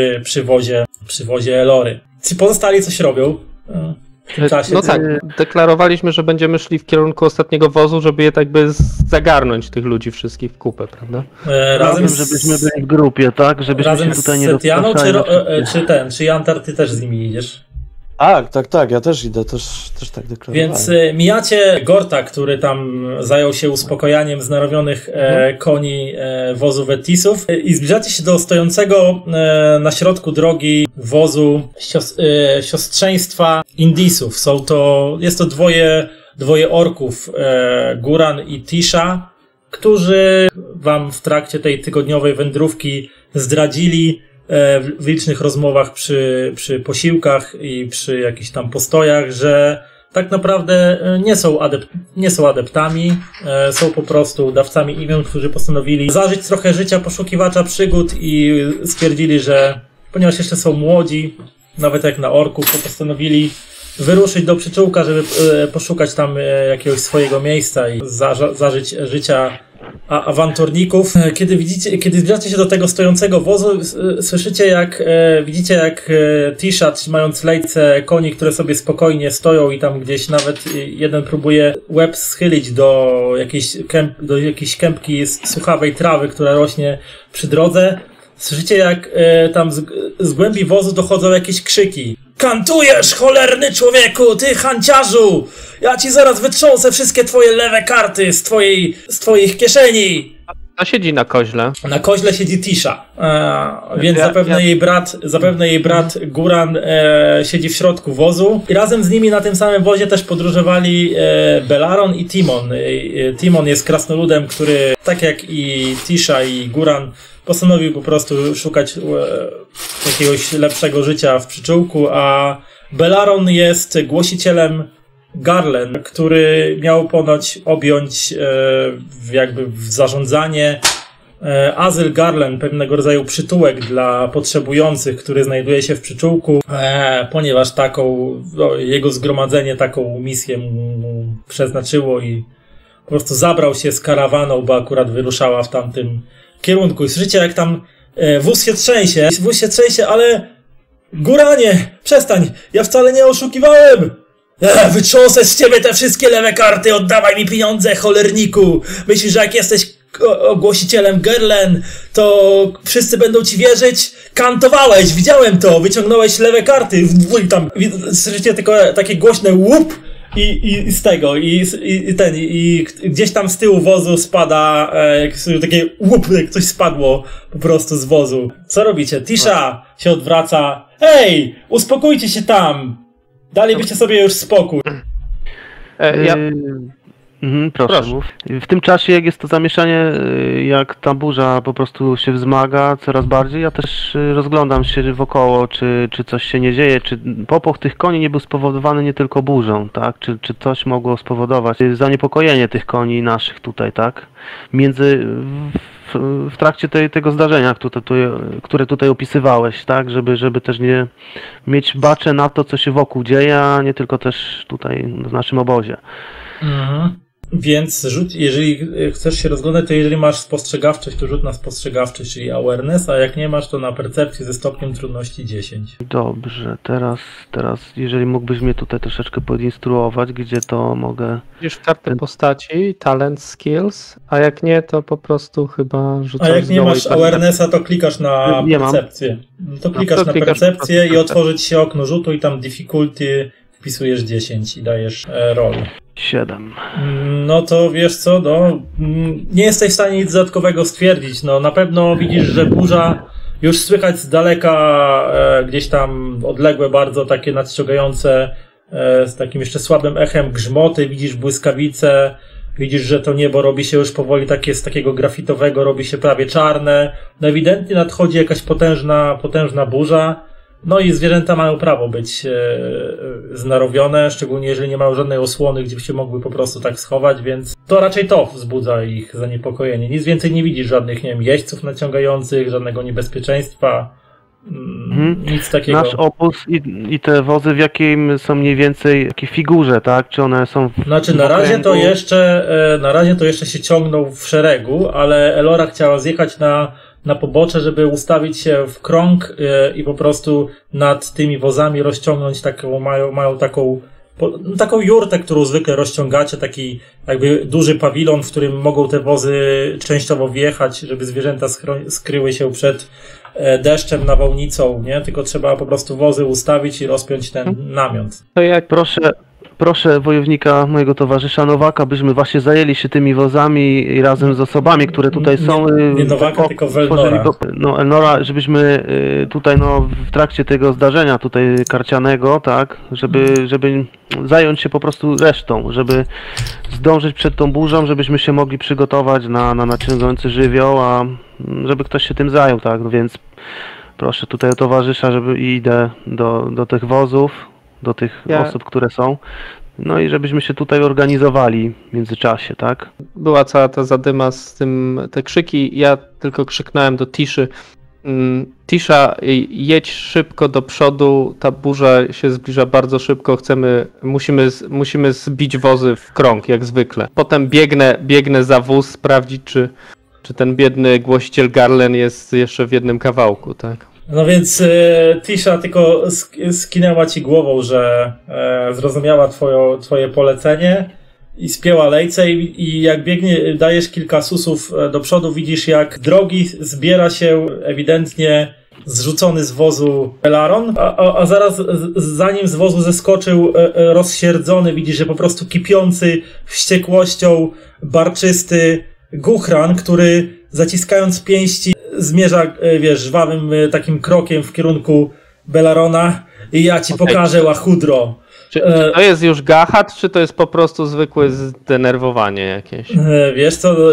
przy wozie Elory. Ci pozostali coś robią w czasie. No tak, deklarowaliśmy, że będziemy szli w kierunku ostatniego wozu, żeby je tak by zagarnąć tych ludzi wszystkich w kupę, prawda? Razem żebyśmy byli w grupie, tak? Żebyśmy się tutaj nie Setianą, czy Jantar, ty też z nimi idziesz? Tak, ja też idę, też tak deklarowałem. Więc mijacie Gorta, który tam zajął się uspokajaniem znarowionych koni wozu Vetisów, i zbliżacie się do stojącego na środku drogi wozu siostrzeństwa Indisów. Jest to dwoje orków, Guran i Tisha, którzy wam w trakcie tej tygodniowej wędrówki zdradzili w licznych rozmowach przy posiłkach i przy jakichś tam postojach, że tak naprawdę nie są adeptami, są po prostu dawcami imion, którzy postanowili zażyć trochę życia poszukiwacza przygód i stwierdzili, że ponieważ jeszcze są młodzi, nawet jak na orków, to postanowili wyruszyć do przyczółka, żeby poszukać tam jakiegoś swojego miejsca i zażyć życia awanturników. Kiedy zbliżacie się do tego stojącego wozu, widzicie jak Tisha, trzymając lejce koni, które sobie spokojnie stoją, i tam gdzieś nawet jeden próbuje łeb schylić do jakiejś kępki suchawej trawy, która rośnie przy drodze. Słyszycie, jak tam z głębi wozu dochodzą jakieś krzyki. Kantujesz, cholerny człowieku, ty hanciarzu! Ja ci zaraz wytrząsę wszystkie twoje lewe karty z twoich kieszeni! A siedzi na koźle. Na koźle siedzi Tisha, więc zapewne jej brat Guran siedzi w środku wozu i razem z nimi na tym samym wozie też podróżowali Belaron i Timon. Timon jest krasnoludem, który tak jak i Tisha i Guran postanowił po prostu szukać jakiegoś lepszego życia w przyczółku, a Belaron jest głosicielem Garland, który miał ponoć objąć jakby w zarządzanie azyl Garland, pewnego rodzaju przytułek dla potrzebujących, który znajduje się w przyczółku, ponieważ jego zgromadzenie taką misję mu przeznaczyło i po prostu zabrał się z karawaną, bo akurat wyruszała w tamtym kierunku. I słyszycie, jak tam wóz się trzęsie, ale Guranie, przestań, ja wcale nie oszukiwałem! Wytrząsę z ciebie te wszystkie lewe karty, oddawaj mi pieniądze, cholerniku! Myślisz, że jak jesteś ogłosicielem Gerlen, to wszyscy będą ci wierzyć? Kantowałeś, widziałem to, wyciągnąłeś lewe karty, i tam słyszycie tylko takie głośne łup i z tego, i gdzieś tam z tyłu wozu spada, takie łup, jak coś spadło po prostu z wozu. Co robicie? Tisha się odwraca. Hej, uspokójcie się tam! Dalibyście sobie już spokój. Proszę. Mów. W tym czasie, jak jest to zamieszanie, jak ta burza po prostu się wzmaga coraz bardziej, ja też rozglądam się wokoło, czy coś się nie dzieje, czy popłoch tych koni nie był spowodowany nie tylko burzą, tak? Czy coś mogło spowodować zaniepokojenie tych koni naszych tutaj, tak? W trakcie tego zdarzenia, które tutaj opisywałeś, tak? Żeby też nie mieć baczę na to, co się wokół dzieje, a nie tylko też tutaj w naszym obozie. Mhm. Więc rzuć, jeżeli chcesz się rozglądać, to jeżeli masz spostrzegawczość, to rzut na spostrzegawczość, czyli awareness, a jak nie masz, to na percepcję ze stopniem trudności 10. Dobrze, teraz jeżeli mógłbyś mnie tutaj troszeczkę podinstruować, gdzie to mogę... Widzisz w kartę postaci, talent, skills, a jak nie, to po prostu chyba rzucasz. A jak nie masz awarenessa, to klikasz na percepcję. To klikasz na percepcję i otworzy ci się okno rzutu i tam difficulty wpisujesz 10 i dajesz roll. 7. No to wiesz co, nie jesteś w stanie nic dodatkowego stwierdzić. No na pewno widzisz, że burza już słychać z daleka, gdzieś tam odległe bardzo takie nadciągające z takim jeszcze słabym echem grzmoty, widzisz błyskawice, widzisz, że to niebo robi się już powoli takie z takiego grafitowego, robi się prawie czarne. No ewidentnie nadchodzi jakaś potężna burza. No i zwierzęta mają prawo być znarowione, szczególnie jeżeli nie mają żadnej osłony, gdzie by się mogły po prostu tak schować, więc to raczej to wzbudza ich zaniepokojenie. Nic więcej nie widzisz, żadnych, nie wiem, jeźdźców naciągających, żadnego niebezpieczeństwa, nic takiego. Nasz obóz i te wozy w jakim są mniej więcej, w jakiej figurze, tak? Czy one są Znaczy na razie to jeszcze się ciągną w szeregu, ale Elora chciała zjechać na pobocze, żeby ustawić się w krąg i po prostu nad tymi wozami rozciągnąć taką, mają taką jurtę, którą zwykle rozciągacie, taki jakby duży pawilon, w którym mogą te wozy częściowo wjechać, żeby zwierzęta skryły się przed deszczem, nawałnicą, nie? Tylko trzeba po prostu wozy ustawić i rozpiąć ten namiot. To jak Proszę wojownika, mojego towarzysza Nowaka, byśmy właśnie zajęli się tymi wozami i razem z osobami, które tutaj są. Nie Nowaka, tylko Elnora. No, Elnora, żebyśmy tutaj w trakcie tego zdarzenia tutaj karcianego, tak, żeby zająć się po prostu resztą, żeby zdążyć przed tą burzą, żebyśmy się mogli przygotować na nadciągający żywioł, a żeby ktoś się tym zajął, tak, no więc proszę tutaj o towarzysza, idę do tych wozów, do tych osób, które są. No i żebyśmy się tutaj organizowali w międzyczasie, tak? była cała ta zadyma z tym, te krzyki, ja tylko krzyknąłem do Tiszy. Tisha, jedź szybko do przodu, ta burza się zbliża bardzo szybko, musimy zbić wozy w krąg, jak zwykle. Potem biegnę za wóz, sprawdzić, czy ten biedny głosiciel Garlen jest jeszcze w jednym kawałku, tak? No więc Tisha tylko skinęła ci głową, że zrozumiała twoje polecenie i spięła lejce i jak biegnie, dajesz kilka susów do przodu, widzisz jak drogi zbiera się ewidentnie zrzucony z wozu Belaron, a zaraz zanim z wozu zeskoczył rozsierdzony, widzisz, że po prostu kipiący wściekłością barczysty Guchran, który zaciskając pięści zmierza, wiesz, żwawym takim krokiem w kierunku Belarona i ja ci pokażę, łachudro. Czy to jest już gahat, czy to jest po prostu zwykłe zdenerwowanie jakieś? Wiesz co,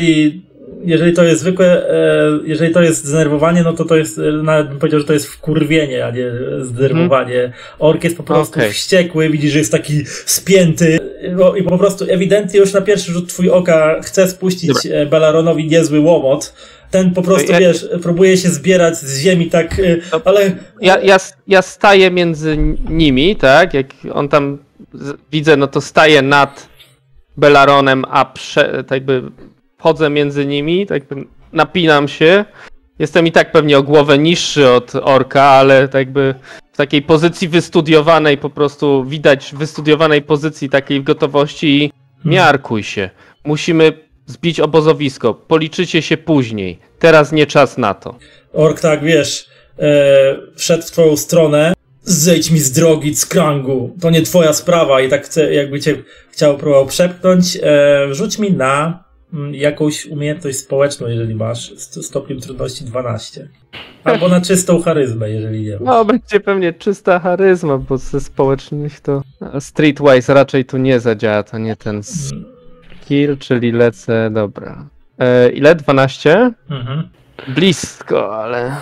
jeżeli to jest zwykłe, jeżeli to jest zdenerwowanie, no to jest, nawet bym powiedział, że to jest wkurwienie, a nie zdenerwowanie. Ork jest po prostu wściekły, widzisz, że jest taki spięty i po prostu ewidentnie już na pierwszy rzut twój oka chce spuścić Belaronowi niezły łomot. Ten po prostu, wiesz, próbuje się zbierać z ziemi, tak, ale... Ja staję między nimi, tak, jak on tam widzę, no to staję nad Belaronem, a tak jakby wchodzę między nimi, tak jakby napinam się. Jestem i tak pewnie o głowę niższy od orka, ale tak jakby w takiej pozycji wystudiowanej, po prostu widać wystudiowanej pozycji takiej gotowości i miarkuj się. Musimy zbić obozowisko, policzycie się później. Teraz nie czas na to. Ork tak, wiesz, wszedł w twoją stronę. Zejdź mi z drogi, Skrangu. To nie twoja sprawa i tak jakby cię chciał próbował przepchnąć. Rzuć mi na jakąś umiejętność społeczną, jeżeli masz, stopniem trudności 12. Albo na czystą charyzmę, jeżeli nie masz. No, będzie pewnie czysta charyzma, bo ze społecznych to Streetwise raczej tu nie zadziała, to nie ten skill, czyli lecę, dobra. Ile? 12? Mhm. Blisko, ale...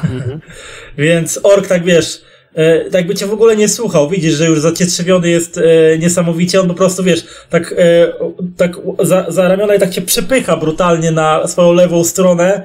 Więc ork, tak wiesz, tak by cię w ogóle nie słuchał. Widzisz, że już zacietrzewiony jest niesamowicie. On po prostu, wiesz, tak za ramiona i tak cię przepycha brutalnie na swoją lewą stronę,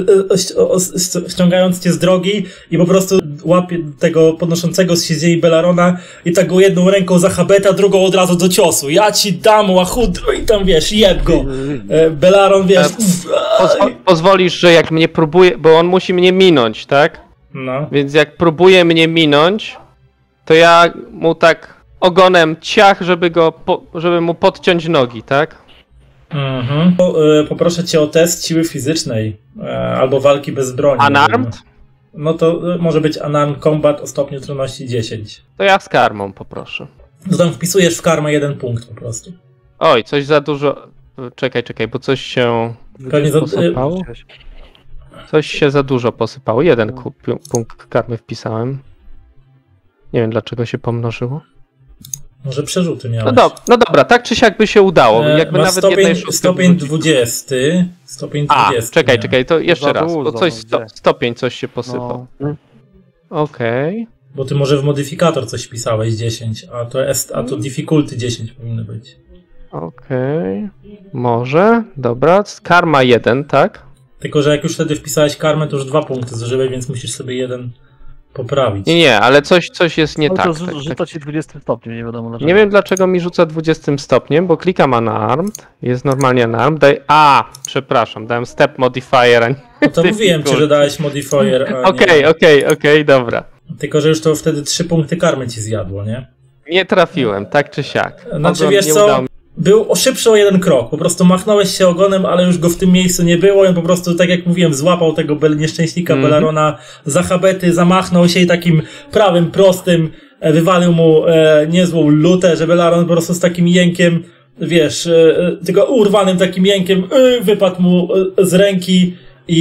ściągając cię z drogi i po prostu łapie tego podnoszącego się z ziemi Belarona i tak go jedną ręką za habeta, drugą od razu do ciosu. Ja ci dam, łachudro, i tam, wiesz, jeb go. Belaron, wiesz... Pozwolisz, że jak mnie próbuje, bo on musi mnie minąć, tak? No. Więc jak próbuje mnie minąć, to ja mu tak ogonem ciach, żeby mu podciąć nogi, tak? Mhm. Poproszę cię o test siły fizycznej albo walki bez broni. Unarmed? No to może być Unarmed Combat o stopniu trudności 10. To ja z karmą poproszę. To tam wpisujesz w karmę 1 punkt po prostu. Oj, coś za dużo... Czekaj, bo coś się Pewnie posypało? Coś się za dużo posypało. 1 punkt karmy wpisałem. Nie wiem, dlaczego się pomnożyło. Może przerzuty miałeś. No dobra, tak czy siak by się udało. Jakby masz nawet stopień 20. Stopień 20. Czekaj, to jeszcze raz. Bo coś stopień coś się posypał. No. Okej. Bo ty może w modyfikator coś wpisałeś 10, a to difficulty 10 powinno być. Okej. Może, dobra. Karma 1, tak? Tylko, że jak już wtedy wpisałeś karmę, to już 2 punkty zużyłeś, więc musisz sobie 1 poprawić. Nie, ale coś jest nie tak. To rzuca ci 20 stopniem, nie wiadomo dlaczego. Nie wiem dlaczego mi rzuca 20 stopniem, bo klikam unarmed, jest normalnie unarmed, przepraszam, dałem step modifier, a nie... No to mówiłem ci, że dałeś modifier, a Okej, dobra. Tylko, że już to wtedy 3 punkty karmy ci zjadło, nie? Nie trafiłem, tak czy siak. Znaczy, wiesz co, był szybszy o 1 krok, po prostu machnąłeś się ogonem, ale już go w tym miejscu nie było i on po prostu, tak jak mówiłem, złapał tego nieszczęśnika Belarona za habety, zamachnął się i takim prawym, prostym wywalił mu niezłą lutę, że Belaron po prostu z takim jękiem, wiesz, tylko urwanym takim jękiem wypadł mu z ręki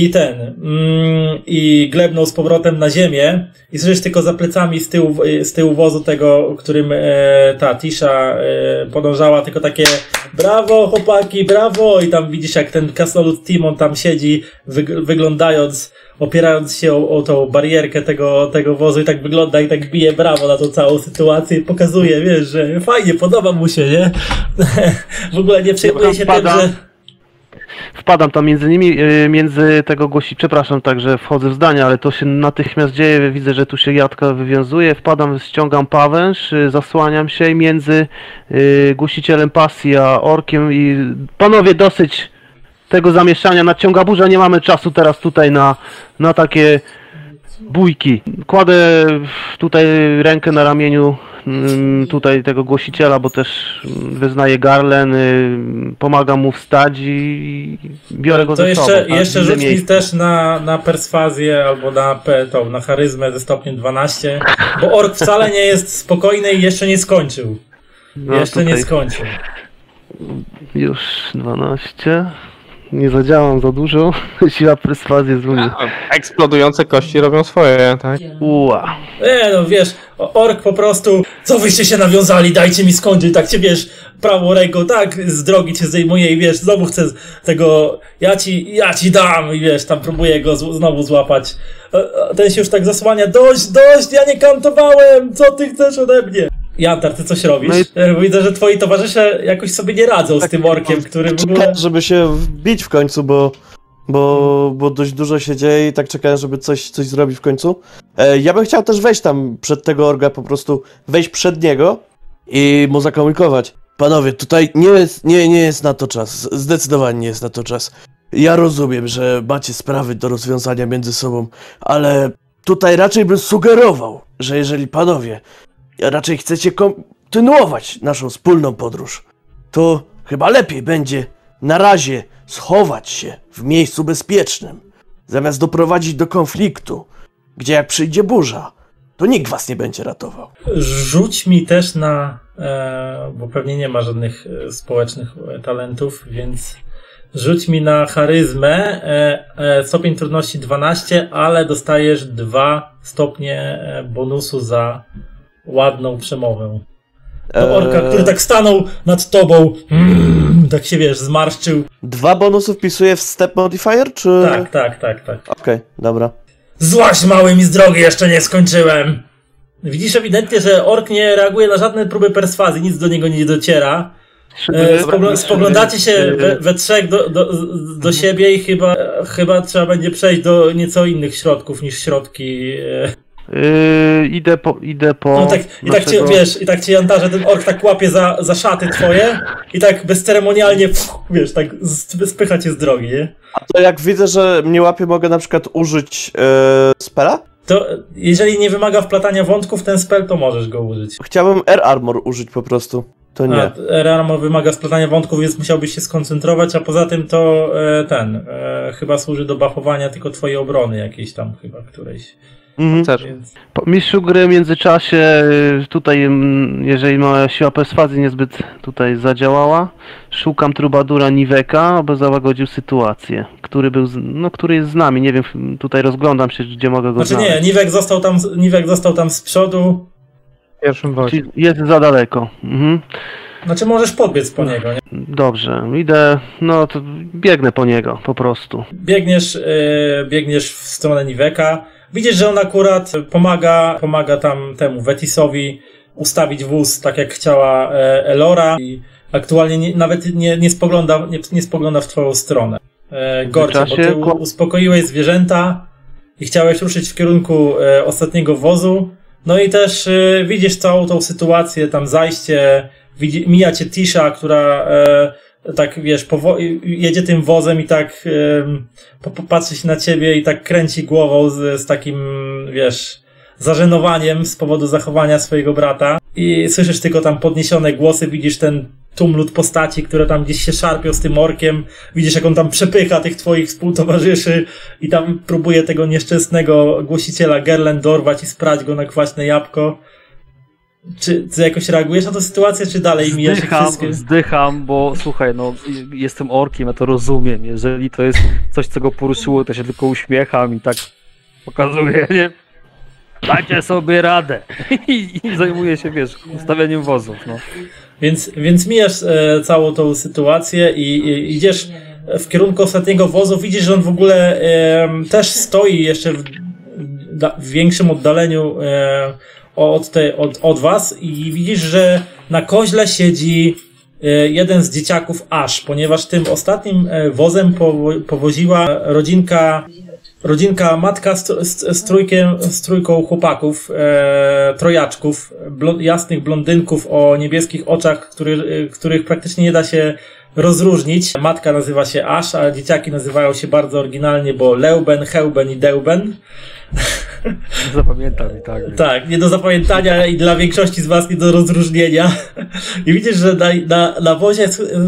i glebnął z powrotem na ziemię i słyszysz tylko za plecami z tyłu wozu tego, którym ta Tisha podążała, tylko takie brawo chłopaki, brawo, i tam widzisz jak ten krasnolud Timon tam siedzi wyglądając, opierając się o tą barierkę tego wozu i tak wygląda i tak bije brawo na tą całą sytuację i pokazuje, wiesz, że fajnie, podoba mu się, nie? W ogóle nie przejmuje się tym, że Wpadam tam między nimi, między tego przepraszam, także wchodzę w zdanie, ale to się natychmiast dzieje, widzę, że tu się jadka wywiązuje, wpadam, ściągam pawęż, zasłaniam się i między głosicielem pasji a orkiem i panowie, dosyć tego zamieszania, nadciąga burza, nie mamy czasu teraz tutaj na takie bójki. Kładę tutaj rękę na ramieniu tutaj tego głosiciela, bo też wyznaje Garlen, pomagam mu wstać i biorę go To ze sobą. jeszcze rzuć mi też na perswazję albo na charyzmę ze stopniem 12, bo ork wcale nie jest spokojny i jeszcze nie skończył. No, Jeszcze nie tutaj skończył. Już 12. Nie zadziałam za dużo. Siła perswazji z Unii. Eksplodujące kości robią swoje, tak? Ua. No wiesz, ork po prostu, co wyście się nawiązali, dajcie mi skończyć, tak cię wiesz, prawą ręką, tak, z drogi cię zdejmuje i wiesz, znowu chcę tego, ja ci dam i wiesz, tam próbuję go znowu złapać. Ten się już tak zasłania, dość, ja nie kantowałem, co ty chcesz ode mnie? Jantar, ty coś robisz? No Widzę, że twoi towarzysze jakoś sobie nie radzą z tym orkiem, który w ogóle... Czekałem, żeby się wbić w końcu, bo dość dużo się dzieje i tak czekałem, żeby coś zrobić w końcu. Ja bym chciał też wejść tam przed tego orga, po prostu wejść przed niego i mu zakomunikować. Panowie, tutaj nie jest na to czas, zdecydowanie nie jest na to czas. Ja rozumiem, że macie sprawy do rozwiązania między sobą, ale tutaj raczej bym sugerował, że jeżeli panowie raczej chcecie kontynuować naszą wspólną podróż, to chyba lepiej będzie na razie schować się w miejscu bezpiecznym, zamiast doprowadzić do konfliktu, gdzie jak przyjdzie burza, to nikt was nie będzie ratował. Rzuć mi też bo pewnie nie ma żadnych społecznych talentów, więc rzuć mi na charyzmę, stopień trudności 12, ale dostajesz 2 stopnie bonusu za ładną przemowę. To orka, który tak stanął nad tobą, tak się wiesz, zmarszczył. 2 bonusy wpisuję w step modifier, czy... Tak. Okej, dobra. Złaź mały mi z drogi, jeszcze nie skończyłem. Widzisz ewidentnie, że ork nie reaguje na żadne próby perswazji, nic do niego nie dociera. Spoglądacie się we trzech do siebie i chyba trzeba będzie przejść do nieco innych środków niż środki. Idę po. No tak, i tak cię Jantarze, ten ork tak łapie za szaty twoje i tak bezceremonialnie, wiesz, tak spycha cię z drogi, nie? A to jak widzę, że mnie łapie, mogę na przykład użyć spela? To jeżeli nie wymaga wplatania wątków ten spell, to możesz go użyć. Chciałbym Air Armor użyć po prostu. To nie. Air Armor wymaga splatania wątków, więc musiałbyś się skoncentrować, a poza tym to chyba służy do buffowania tylko twojej obrony jakiejś tam chyba, którejś. Więc... Mistrzu gry w międzyczasie tutaj, jeżeli moja siła perswazji niezbyt tutaj zadziałała, szukam trubadura Niveka, aby załagodził sytuację, który jest z nami, nie wiem, tutaj rozglądam się, gdzie mogę go znaleźć. Nie, Nivek został tam z przodu. W pierwszym wozie. Jest za daleko. Znaczy możesz podbiec po niego, nie? Dobrze, idę, to biegnę po niego, po prostu. Biegniesz w stronę Niveka. Widzisz, że on akurat pomaga tam temu Vetisowi ustawić wóz tak jak chciała Elora i aktualnie nawet nie spogląda w twoją stronę. Gorcie, bo ty uspokoiłeś zwierzęta i chciałeś ruszyć w kierunku ostatniego wozu. No i też widzisz całą tą sytuację, tam zajście, mija cię Tisha, która tak wiesz, jedzie tym wozem i tak patrzy się na ciebie i tak kręci głową z takim, wiesz, zażenowaniem z powodu zachowania swojego brata i słyszysz tylko tam podniesione głosy, widzisz ten tumlut postaci, które tam gdzieś się szarpią z tym orkiem, widzisz jak on tam przepycha tych twoich współtowarzyszy i tam próbuje tego nieszczęsnego głosiciela Gerlen dorwać i sprać go na kwaśne jabłko. Czy jakoś reagujesz na tę sytuację, czy dalej mijasz wszystkie? Zdycham, bo słuchaj, jestem orkiem, ja to rozumiem. Jeżeli to jest coś, co go poruszyło, to się tylko uśmiecham i tak pokazuję, nie? Dajcie sobie radę. I zajmuję się, wiesz, ustawianiem wozów, Więc mijasz całą tą sytuację i idziesz w kierunku ostatniego wozu, widzisz, że on w ogóle też stoi jeszcze w większym oddaleniu od was i widzisz, że na koźle siedzi jeden z dzieciaków Ash, ponieważ tym ostatnim wozem powoziła rodzinka matka z trójką chłopaków, trojaczków, jasnych blondynków o niebieskich oczach, których praktycznie nie da się rozróżnić. Matka nazywa się Ash, a dzieciaki nazywają się bardzo oryginalnie, bo Leuben, Heuben i Deuben. Zapamiętam i tak. Tak, nie do zapamiętania i dla większości z was nie do rozróżnienia. I widzisz, że na wozie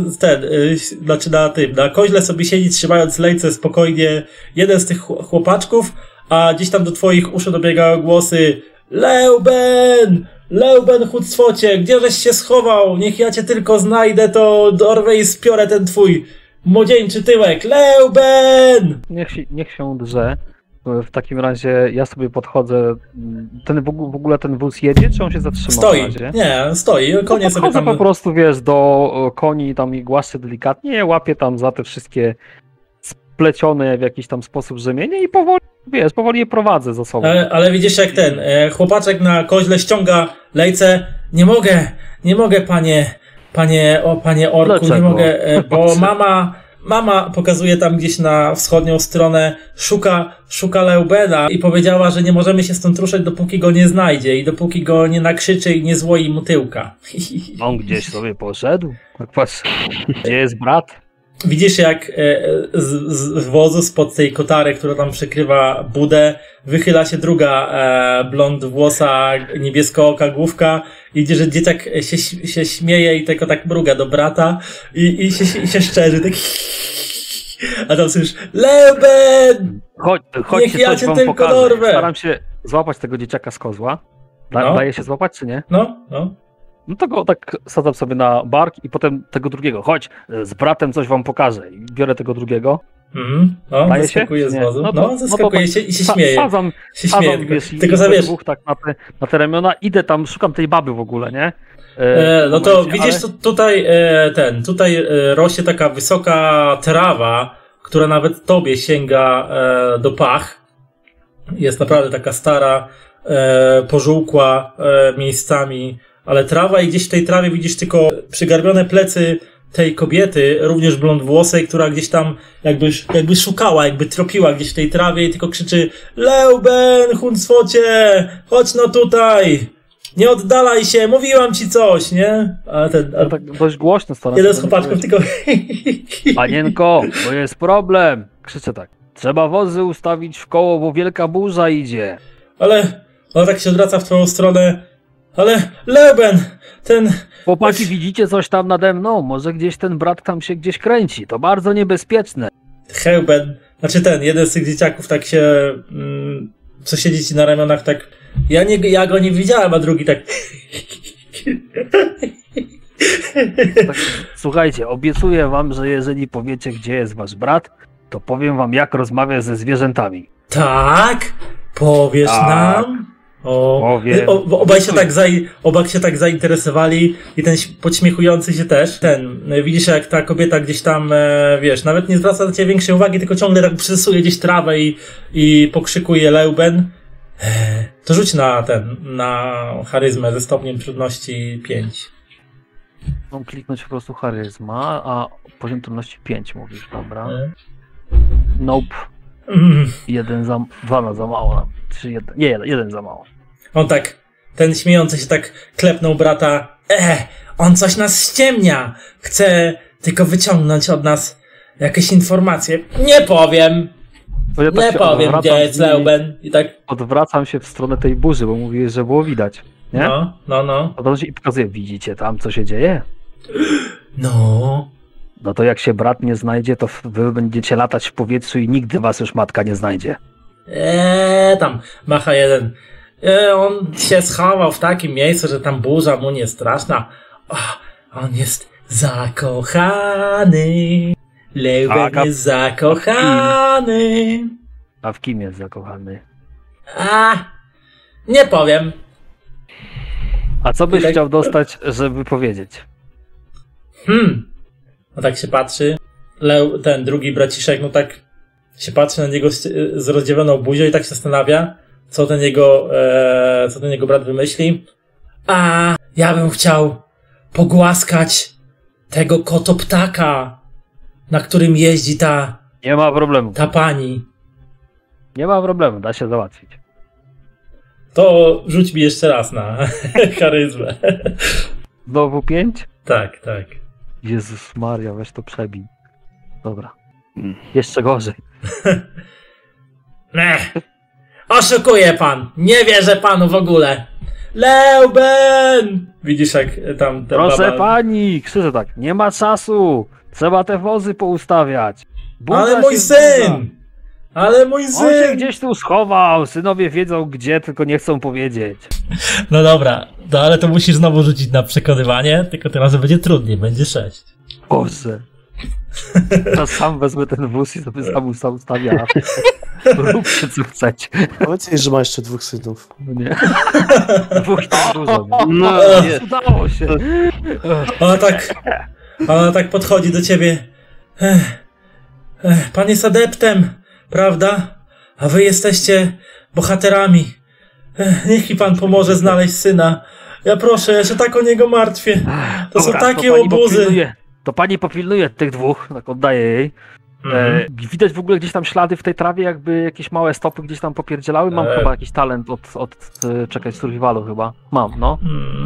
na koźle sobie siedzi, trzymając lejce spokojnie jeden z tych chłopaczków, a gdzieś tam do twoich uszu dobiegają głosy: Leuben! Leuben, chucwocie, gdzieżeś się schował? Niech ja cię tylko znajdę, to dorwę i spiorę ten twój młodzieńczy tyłek. Leuben! Niech się drze. W takim razie ja sobie podchodzę. W ogóle ten wóz jedzie, czy on się zatrzymał Stoi. na razie? Nie, stoi. Konie sobie Podchodzę tam... po prostu, wiesz, do koni tam i głaszczę delikatnie, łapię tam za te wszystkie splecione w jakiś tam sposób rzemienie i powoli je prowadzę za sobą. Ale widzisz, jak ten chłopaczek na koźle ściąga lejce. Nie mogę, panie orku, Dlaczego? nie mogę, bo mama pokazuje tam gdzieś na wschodnią stronę, szuka Leubena i powiedziała, że nie możemy się stąd ruszać, dopóki go nie znajdzie i dopóki go nie nakrzyczy i nie złoi mu tyłka. On gdzieś sobie poszedł. Patrz, gdzie jest brat? Widzisz, jak z wozu spod tej kotary, która tam przykrywa budę, wychyla się druga blond włosa, niebieskooka główka i widzisz, że dzieciak się śmieje i tylko tak mruga do brata i się szczerzy, tak a tam słyszysz: Leuben! Chodźcie, Niech ja coś cię wam tylko pokażę. dorwę. Staram się złapać tego dzieciaka z kozła. No. Daje się złapać, czy nie? No. No to go tak sadzam sobie na bark i potem tego drugiego. Chodź, z bratem coś wam pokażę. I biorę tego drugiego. No, Daje zaskakuje się? z Nie. wozu. No No, to- zaskakuje no to się i się śmieje. Sadzam, wiesz, Tylko zawiesz. dwóch tak na te ramiona. Idę tam, szukam tej baby w ogóle, nie? No to momencie, widzisz, tutaj rośnie taka wysoka trawa, która nawet tobie sięga do pach. Jest naprawdę taka stara, pożółkła miejscami, ale trawa i gdzieś w tej trawie widzisz tylko przygarbione plecy tej kobiety, również blondwłosej, która gdzieś tam jakby szukała, jakby tropiła gdzieś w tej trawie i tylko krzyczy: Leuben, huncwocie, chodź no tutaj! Nie oddalaj się, mówiłam ci coś, nie? Ja tak dość głośno staram jeden się z chłopaczków tylko... Panienko, bo jest problem. Krzyczę tak. Trzeba wozy ustawić w koło, bo wielka burza idzie. Ale ona tak się odwraca w twoją stronę. Ale Leuben, ten... Chłopaki, widzicie coś tam nade mną? Może gdzieś ten brat tam się gdzieś kręci. To bardzo niebezpieczne. Heuben, znaczy jeden z tych dzieciaków tak się... co siedzi ci na ramionach tak... Ja go nie widziałem, a drugi tak... Tak, słuchajcie, obiecuję wam, że jeżeli powiecie, gdzie jest wasz brat, to powiem wam, jak rozmawia ze zwierzętami. Tak? Powiesz Tak. nam? Powiem. Obaj się tak zainteresowali i ten podśmiechujący się też. Widzisz, jak ta kobieta gdzieś tam, wiesz, nawet nie zwraca na ciebie większej uwagi, tylko ciągle tak przysuje gdzieś trawę i pokrzykuje Leuben. To rzuć na charyzmę ze stopniem trudności 5. Mam kliknąć po prostu charyzma, a poziom trudności 5 mówisz, dobra. Nope. Dwa za mało. 3, 1. Nie, jeden za mało. On tak, ten śmiejący się tak klepnął brata. On coś nas ściemnia. Chce tylko wyciągnąć od nas jakieś informacje. Nie powiem. To ja tak Nie się powiem, odwracam gdzie jest i Leuben. I tak, Odwracam się w stronę tej burzy, bo mówiłeś, że było widać. Nie? no. Odwracam się i pokazuję, widzicie tam, co się dzieje? No. No to jak się brat nie znajdzie, to wy będziecie latać w powietrzu i nigdy was już matka nie znajdzie. Tam macha jeden. On się schował w takim miejscu, że tam burza mu nie straszna. On jest zakochany. Leuben jest zakochany. A w kim jest zakochany? Nie powiem. A co byś Tak. chciał dostać, żeby powiedzieć? No tak się patrzy. Ten drugi braciszek, no tak się patrzy na niego z rozdziawioną buzią i tak się zastanawia, co ten jego brat wymyśli. Ja bym chciał pogłaskać tego kotoptaka, na którym jeździ Nie ma problemu. ta pani. Nie ma problemu, da się załatwić. To rzuć mi jeszcze raz na charyzmę. Znowu 5? Tak. Jezus Maria, weź to przebij. Dobra. Jeszcze gorzej. Oszukuje pan! Nie wierzę panu w ogóle! Leuben! Widzisz jak tam ta Proszę baba... pani, krzyczę tak, nie ma czasu, trzeba te wozy poustawiać. Burza Ale mój się zbliża. syn! Ale mój On się syn! gdzieś tu schował, synowie wiedzą gdzie, tylko nie chcą powiedzieć. No dobra, no ale to musisz znowu rzucić na przekonywanie, tylko tym razem będzie trudniej, będzie 6. Boże. Ja sam wezmę ten wóz i sobie sam ustawię. Róbcie co chcecie. Powiedz jej, że ma jeszcze 2 synów. No nie. Dwóch to dużo. Nie? No, jest. Udało się. Ona tak podchodzi do ciebie. Pan jest adeptem, prawda? A wy jesteście bohaterami. Niech mi pan pomoże znaleźć syna. Ja proszę, ja się tak o niego martwię. To są takie obuzy. To pani popilnuje tych dwóch, tak oddaję jej. Widać w ogóle gdzieś tam ślady w tej trawie, jakby jakieś małe stopy gdzieś tam popierdzielały. Mam chyba jakiś talent czekaj, survivalu chyba. Mam, no.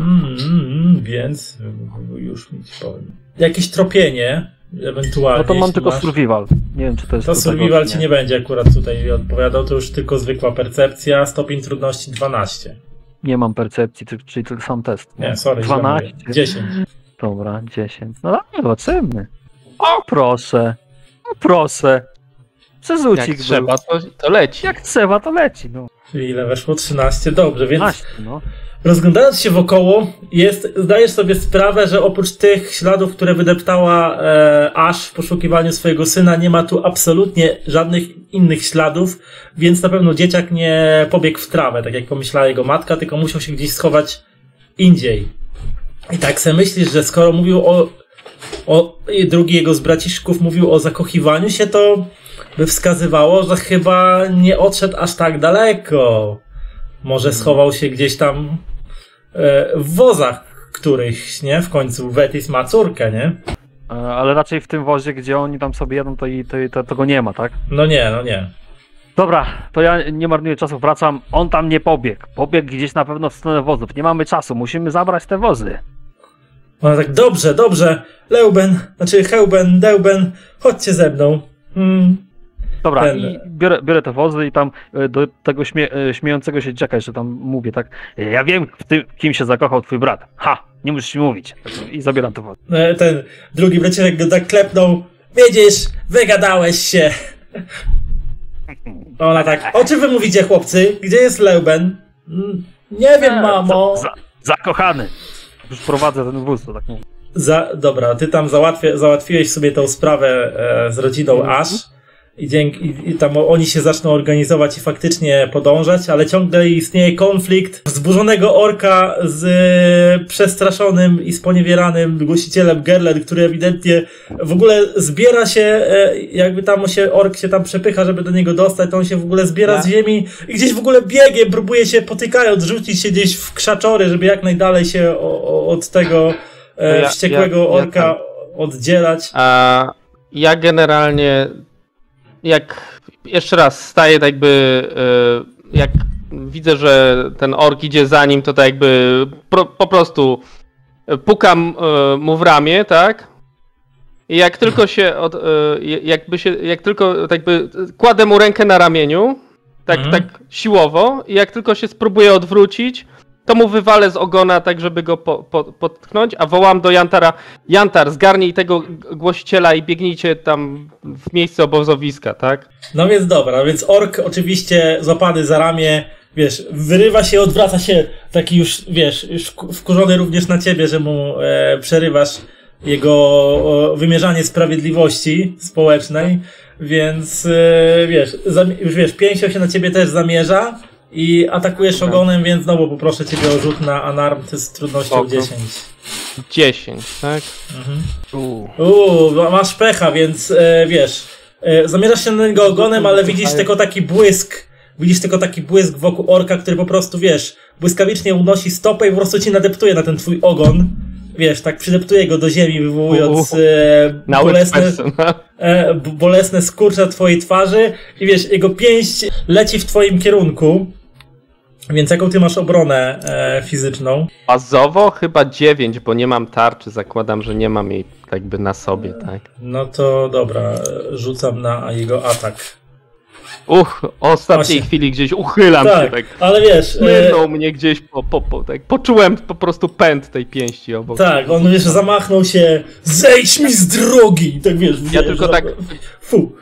Więc już mi ci powiem. Jakieś tropienie, ewentualnie. No to mam jeśli tylko masz. survival. Nie wiem, czy to jest... To tutaj survival gość, ci nie będzie akurat tutaj odpowiadał, to już tylko zwykła percepcja, stopień trudności 12. Nie mam percepcji, czyli tylko sam test. Nie, sorry, 12. źle mówię. 10. Dobra, 10. No dobra, zobaczymy. O proszę. O proszę. Przezucik Jak był. trzeba, to leci. Jak trzeba, to leci, no. Czyli ile weszło? 13. Dobrze, więc 12, no. rozglądając się wokoło, zdajesz sobie sprawę, że oprócz tych śladów, które wydeptała Ash w poszukiwaniu swojego syna, nie ma tu absolutnie żadnych innych śladów, więc na pewno dzieciak nie pobiegł w trawę, tak jak pomyślała jego matka, tylko musiał się gdzieś schować indziej. I tak sobie myślisz, że skoro mówił drugi jego z braciszków mówił o zakochiwaniu się, to by wskazywało, że chyba nie odszedł aż tak daleko. Może schował się gdzieś tam w wozach którychś, nie? W końcu Vetis ma córkę, nie? Ale raczej w tym wozie, gdzie oni tam sobie jadą, to go nie ma, tak? No nie. Dobra, to ja nie marnuję czasu, wracam. On tam nie pobiegł. Pobiegł gdzieś na pewno w stronę wozów. Nie mamy czasu, musimy zabrać te wozy. Ona tak, dobrze. Heuben, chodźcie ze mną. Dobra, i biorę te wozy i tam do tego śmiejącego się dzieciaka jeszcze tam mówię, tak? Ja wiem, kim się zakochał twój brat. Ha! Nie musisz mi mówić. I zabieram te wozy. Ten drugi braciszek go tak klepnął. Widzisz, wygadałeś się. Ona tak, o czym wy mówicie, chłopcy? Gdzie jest Leuben? Nie wiem, mamo. Zakochany. Już prowadzę ten wóz, to tak mówię. Dobra, ty tam załatwiłeś sobie tą sprawę z rodziną Ash i tam oni się zaczną organizować i faktycznie podążać, ale ciągle istnieje konflikt wzburzonego orka z przestraszonym i sponiewieranym głosicielem Gerlet, który ewidentnie w ogóle zbiera się, jakby tam ork się tam przepycha, żeby do niego dostać, to on się w ogóle zbiera z ziemi i gdzieś w ogóle biegiem próbuje się potykając, rzucić się gdzieś w krzaczory, żeby jak najdalej się od tego wściekłego orka oddzielać. A ja generalnie, jak jeszcze raz staję, tak jakby, jak widzę, że ten ork idzie za nim, to tak jakby po prostu pukam mu w ramię, tak? I jak tylko się, jak tylko tak jakby kładę mu rękę na ramieniu, tak siłowo, i jak tylko się spróbuję odwrócić, to mu wywalę z ogona, tak żeby go potknąć, a wołam do Jantara: Jantar, zgarnij tego głosiciela i biegnijcie tam w miejsce obozowiska, tak? No więc dobra, więc ork oczywiście złapany za ramię, wiesz, wyrywa się, odwraca się, taki już, wiesz, już wkurzony również na ciebie, że mu przerywasz jego wymierzanie sprawiedliwości społecznej, więc wiesz, pięścią się na ciebie też zamierza i atakujesz ogonem, więc znowu poproszę ciebie o rzut na unarmed z trudnością 10. 10, tak? Masz pecha, więc wiesz, zamierzasz się na niego ogonem, ale widzisz tylko taki błysk wokół orka, który po prostu, wiesz, błyskawicznie unosi stopę i po prostu ci nadeptuje na ten twój ogon. Wiesz, tak przydeptuje go do ziemi, wywołując bolesne skurcze na twojej twarzy i wiesz, jego pięść leci w twoim kierunku. Więc jaką ty masz obronę fizyczną? Bazowo chyba 9, bo nie mam tarczy, zakładam, że nie mam jej tak jakby na sobie, tak? No to dobra, rzucam na jego atak. Ostatniej Właśnie. chwili gdzieś uchylam się tak. ale wiesz... Smyrnął mnie gdzieś tak. Poczułem po prostu pęd tej pięści obok. Tak, on wiesz, zamachnął się, zejdź mi z drogi! Tak wiesz, Ja tylko tak Fu.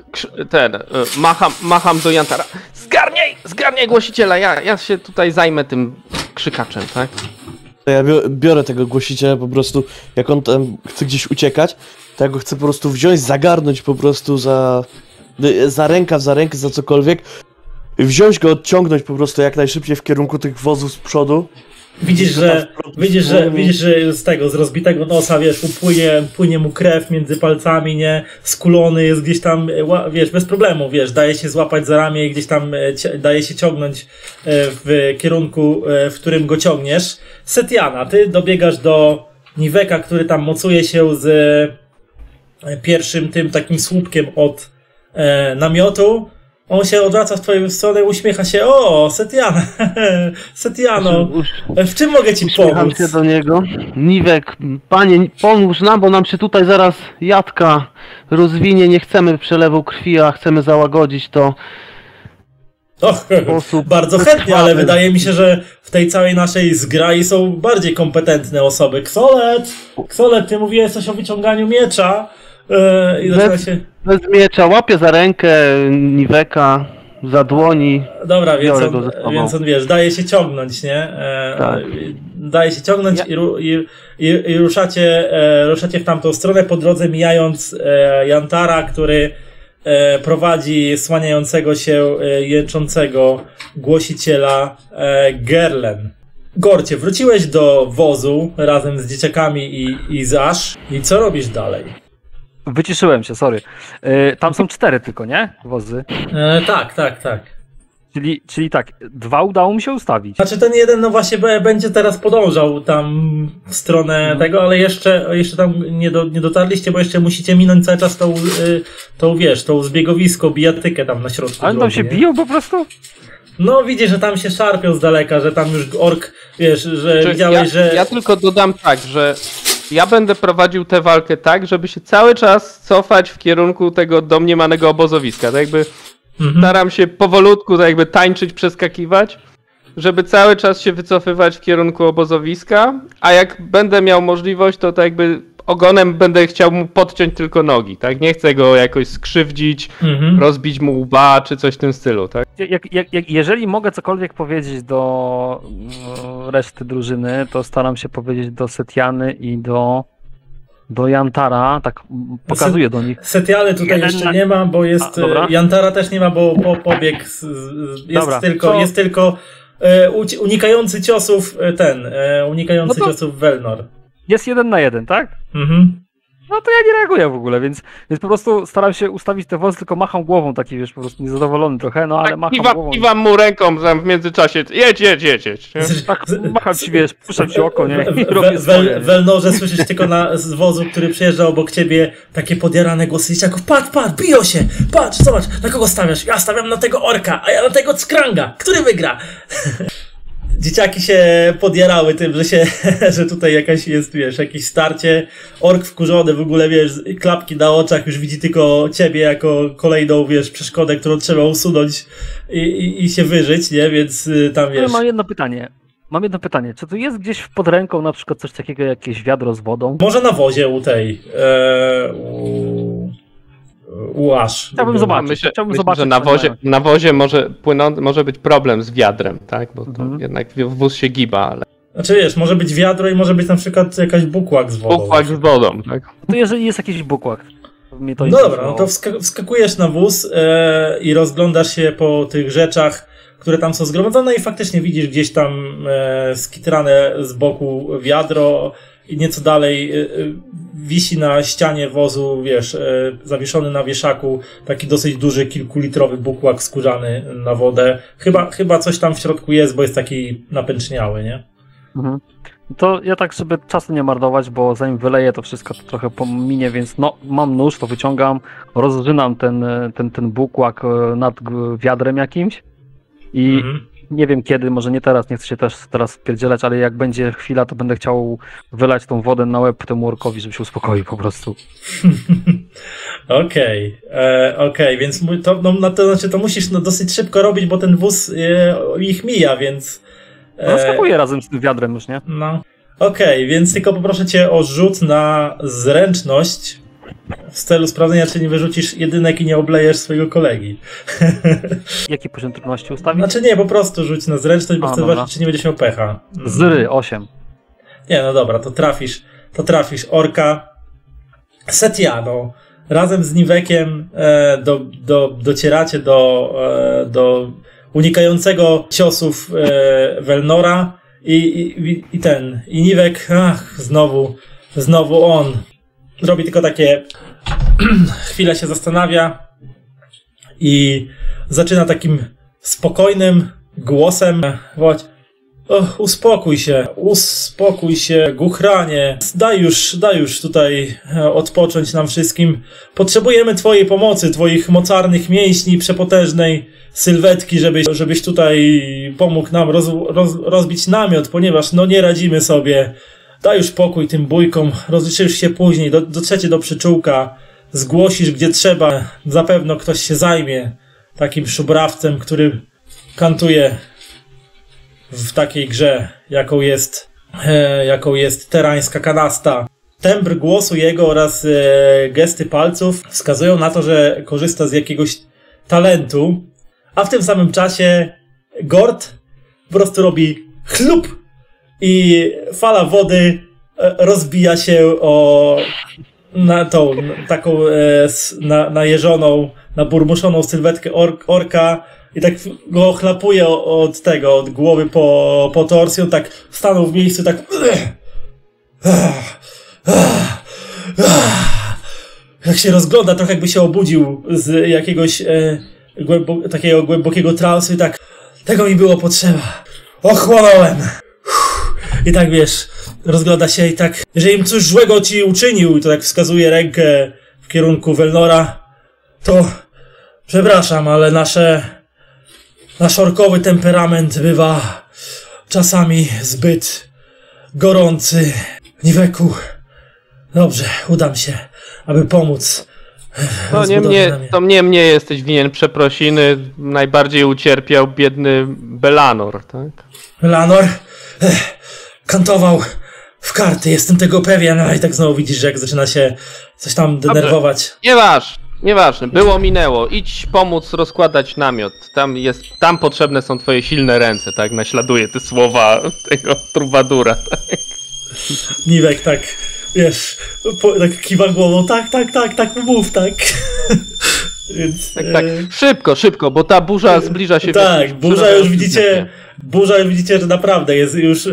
macham do Jantara. Zgarniaj głosiciela, ja się tutaj zajmę tym krzykaczem, tak? To ja biorę tego głosiciela po prostu, jak on tam chce gdzieś uciekać, to ja go chcę po prostu wziąć, zagarnąć po prostu za rękaw, za rękę, za cokolwiek, wziąć go, odciągnąć po prostu jak najszybciej w kierunku tych wozów z przodu. Widzisz, że z rozbitego nosa, wiesz, płynie mu krew między palcami, nie? Skulony jest gdzieś tam, wiesz, bez problemu, wiesz, daje się złapać za ramię i gdzieś tam daje się ciągnąć w kierunku, w którym go ciągniesz. Setiana, ty dobiegasz do Niweka, który tam mocuje się z pierwszym tym takim słupkiem od namiotu. On się odwraca w twoją stronę, uśmiecha się. O, Setiana, Setiano, w czym mogę ci Uśmiecham pomóc? się do niego. Niwek, panie, pomóż nam, bo nam się tutaj zaraz jadka rozwinie. Nie chcemy przelewu krwi, a chcemy załagodzić to. Och, sposób bardzo chętnie, ale krwawy. wydaje mi się, że w tej całej naszej zgrai są bardziej kompetentne osoby. Ksolet, ty mówiłeś coś o wyciąganiu miecza i zaczyna się... Bez miecza, łapię za rękę Niweka, za dłoni. Dobra, Biorę go ze sobą. więc on, wiesz, daje się ciągnąć, nie? Tak. Daje się ciągnąć i ruszacie w tamtą stronę, po drodze mijając Jantara, który prowadzi słaniającego się, jęczącego głosiciela Gerlen. Gorcie, wróciłeś do wozu razem z dzieciakami i Zasz. I co robisz dalej? Wyciszyłem się, sorry. Tam są 4 tylko, nie? Wozy. Tak. Czyli tak, 2 udało mi się ustawić. Znaczy ten jeden, no właśnie będzie teraz podążał tam w stronę tego, ale jeszcze tam nie dotarliście, bo jeszcze musicie minąć cały czas tą zbiegowisko, bijatykę tam na środku Ale tam drogi, się nie? biją po prostu? No widzisz, że tam się szarpią z daleka, że tam już ork, wiesz, że widziałeś, że... Ja tylko dodam tak, że ja będę prowadził tę walkę tak, żeby się cały czas cofać w kierunku tego domniemanego obozowiska. Tak jakby staram się powolutku tak jakby tańczyć, przeskakiwać, żeby cały czas się wycofywać w kierunku obozowiska, a jak będę miał możliwość, to tak jakby ogonem będę chciał mu podciąć tylko nogi, tak? Nie chcę go jakoś skrzywdzić, rozbić mu łba, czy coś w tym stylu, tak? Jeżeli mogę cokolwiek powiedzieć do reszty drużyny, to staram się powiedzieć do Setiany i do Jantara, tak pokazuję do nich. Setiany tutaj jeszcze nie ma, bo jest... dobra. Jantara też nie ma, bo pobiegł... Dobra, Jest tylko unikający ciosów ciosów Velnor. Jest 1 na 1, tak? No to ja nie reaguję w ogóle, więc po prostu staram się ustawić te wozy, tylko macham głową taki, wiesz, po prostu niezadowolony trochę, no ale Tak, macham głową. kiwam mu ręką tam w międzyczasie, jedź. Nie? Tak, macham ci, wiesz, puszczam ci oko, nie? I robię swoje, nie? Velnorze słyszysz tylko z wozu, który przejeżdża obok ciebie, takie podjarane głosy dzieciaków. Patrz, biją się! Patrz, zobacz, na kogo stawiasz? Ja stawiam na tego orka, a ja na tego skranga. Który wygra? Dzieciaki się podjarały tym, że tutaj jakaś jest, wiesz, jakieś starcie. Ork wkurzony w ogóle, wiesz, klapki na oczach, już widzi tylko ciebie jako kolejną, wiesz, przeszkodę, którą trzeba usunąć i się wyżyć, nie? Więc tam, wiesz... Ale mam jedno pytanie. Czy tu jest gdzieś pod ręką na przykład coś takiego, jakieś wiadro z wodą? Może na wozie u tej... u Ash. Chciałbym zobaczyć. Myślę, zobaczyć, że na wozie może być problem z wiadrem, tak? Bo to jednak wóz się giba, ale... Znaczy wiesz, może być wiadro i może być na przykład jakaś bukłak z wodą. Bukłak z wodą, tak? To jeżeli jest jakiś bukłak, to mnie to No dobra, no to wskakujesz na wóz i rozglądasz się po tych rzeczach, które tam są zgromadzone i faktycznie widzisz gdzieś tam skitrane z boku wiadro i nieco dalej wisi na ścianie wozu, wiesz, zawieszony na wieszaku taki dosyć duży, kilkulitrowy bukłak skórzany na wodę. Chyba coś tam w środku jest, bo jest taki napęczniały, nie? To ja tak, żeby czasu nie marnować, bo zanim wyleję to wszystko, to trochę pominie, więc no, mam nóż, to wyciągam, rozrzynam ten bukłak nad wiadrem jakimś i Nie wiem kiedy, może nie teraz, nie chcę się też teraz wpierdzielać, ale jak będzie chwila, to będę chciał wylać tą wodę na łeb temu orkowi, żeby się uspokoił po prostu. Okej, więc to znaczy to musisz dosyć szybko robić, bo ten wóz ich mija, więc... No skakuję razem z tym wiadrem już, nie? No. Okej, więc tylko poproszę cię o rzut na zręczność w celu sprawdzenia, czy nie wyrzucisz jedynek i nie oblejesz swojego kolegi. Jaki poziom trudności ustawić? Znaczy nie, po prostu rzuć na zręczność, bo chcę dobra. zobaczyć, czy nie będziesz miał pecha. Zry, 8. Nie, no dobra, to trafisz orka. Setiano. Razem z Niwekiem docieracie do unikającego ciosów Welnora i Niwek, znowu on robi tylko takie chwilę się zastanawia i zaczyna takim spokojnym głosem wołać: uspokój się, Guchranie, daj już tutaj odpocząć nam wszystkim. Potrzebujemy twojej pomocy, twoich mocarnych mięśni, przepotężnej sylwetki, żebyś tutaj pomógł nam rozbić namiot, ponieważ nie radzimy sobie. Daj już spokój tym bójkom, rozliczysz się później, dotrzecie do przyczółka, zgłosisz gdzie trzeba, zapewne ktoś się zajmie takim szubrawcem, który kantuje w takiej grze, jaką jest terańska kanasta. Tembr głosu jego oraz gesty palców wskazują na to, że korzysta z jakiegoś talentu, a w tym samym czasie Gord po prostu robi chlup i fala wody rozbija się na tą taką najeżoną, naburmuszoną sylwetkę orka i tak go chlapuje od głowy po torsji. On tak stanął w miejscu, tak jak się rozgląda, trochę jakby się obudził z jakiegoś takiego głębokiego transu i tak: tego mi było potrzeba, ochłonąłem. I tak wiesz, rozgląda się i tak: jeżeli im coś złego ci uczynił, i to tak wskazuje rękę w kierunku Welnora, to przepraszam, ale nasz orkowy temperament bywa czasami zbyt gorący. Niweku, dobrze, udam się, aby pomóc. To mnie jesteś winien przeprosiny. Najbardziej ucierpiał biedny Belanor, tak? Belanor kantował w karty, jestem tego pewien. A i tak znowu widzisz, że jak zaczyna się coś tam denerwować. Nieważne, było minęło. Idź pomóc rozkładać namiot. Tam potrzebne są twoje silne ręce, tak? Naśladuje te słowa tego trubadura, tak? Niwek tak, wiesz, tak kiwa głową, tak, mów, tak. Więc, tak, szybko, bo ta burza zbliża się. Tak, burza już widzicie, że naprawdę jest już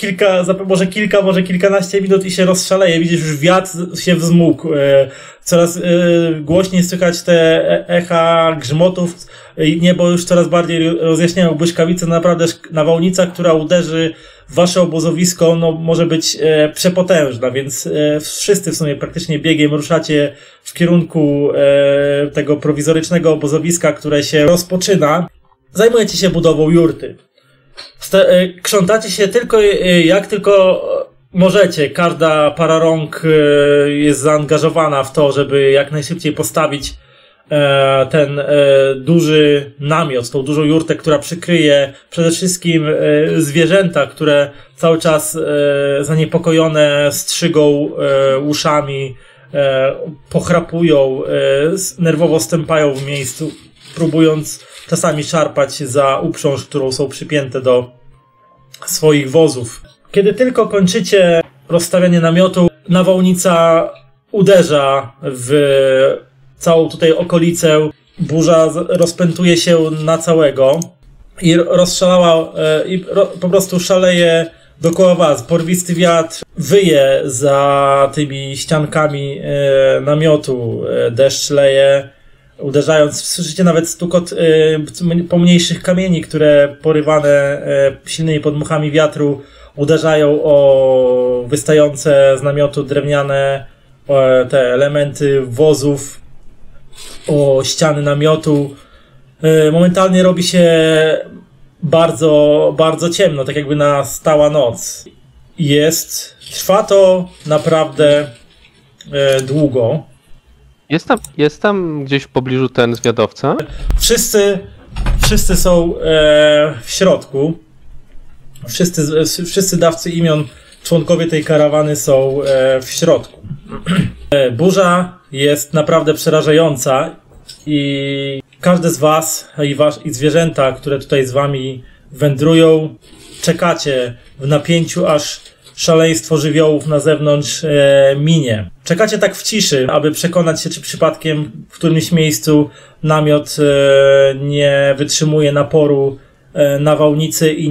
może kilkanaście minut i się rozszaleje. Widzisz, już wiatr się wzmógł. Coraz głośniej słychać te echa grzmotów. Niebo już coraz bardziej rozjaśniają błyskawice. Naprawdę nawałnica, która uderzy w wasze obozowisko, może być przepotężna, więc wszyscy w sumie praktycznie biegiem ruszacie w kierunku tego prowizorycznego obozowiska, które się rozpoczyna. Zajmujecie się budową jurty. Krzątacie się jak tylko możecie. Każda para rąk jest zaangażowana w to, żeby jak najszybciej postawić ten duży namiot, tą dużą jurtę, która przykryje przede wszystkim zwierzęta, które cały czas zaniepokojone strzygą uszami, pochrapują, nerwowo stępają w miejscu, próbując czasami szarpać za uprząż, którą są przypięte do swoich wozów. Kiedy tylko kończycie rozstawianie namiotu, nawałnica uderza w całą tutaj okolicę. Burza rozpętuje się na całego i po prostu szaleje dookoła was. Porwisty wiatr wyje za tymi ściankami namiotu. Deszcz leje, uderzając. Słyszycie nawet stukot pomniejszych kamieni, które porywane silnymi podmuchami wiatru uderzają o wystające z namiotu drewniane te elementy wozów, o ściany namiotu. Momentalnie robi się bardzo, bardzo ciemno, tak jakby nastała noc. Trwa to naprawdę długo. Jest tam gdzieś w pobliżu ten zwiadowca? Wszyscy są w środku. Wszyscy dawcy imion, członkowie tej karawany są w środku. Burza jest naprawdę przerażająca i każdy z was i zwierzęta, które tutaj z wami wędrują, czekacie w napięciu, aż szaleństwo żywiołów na zewnątrz minie. Czekacie tak w ciszy, aby przekonać się, czy przypadkiem w którymś miejscu namiot nie wytrzymuje naporu nawałnicy i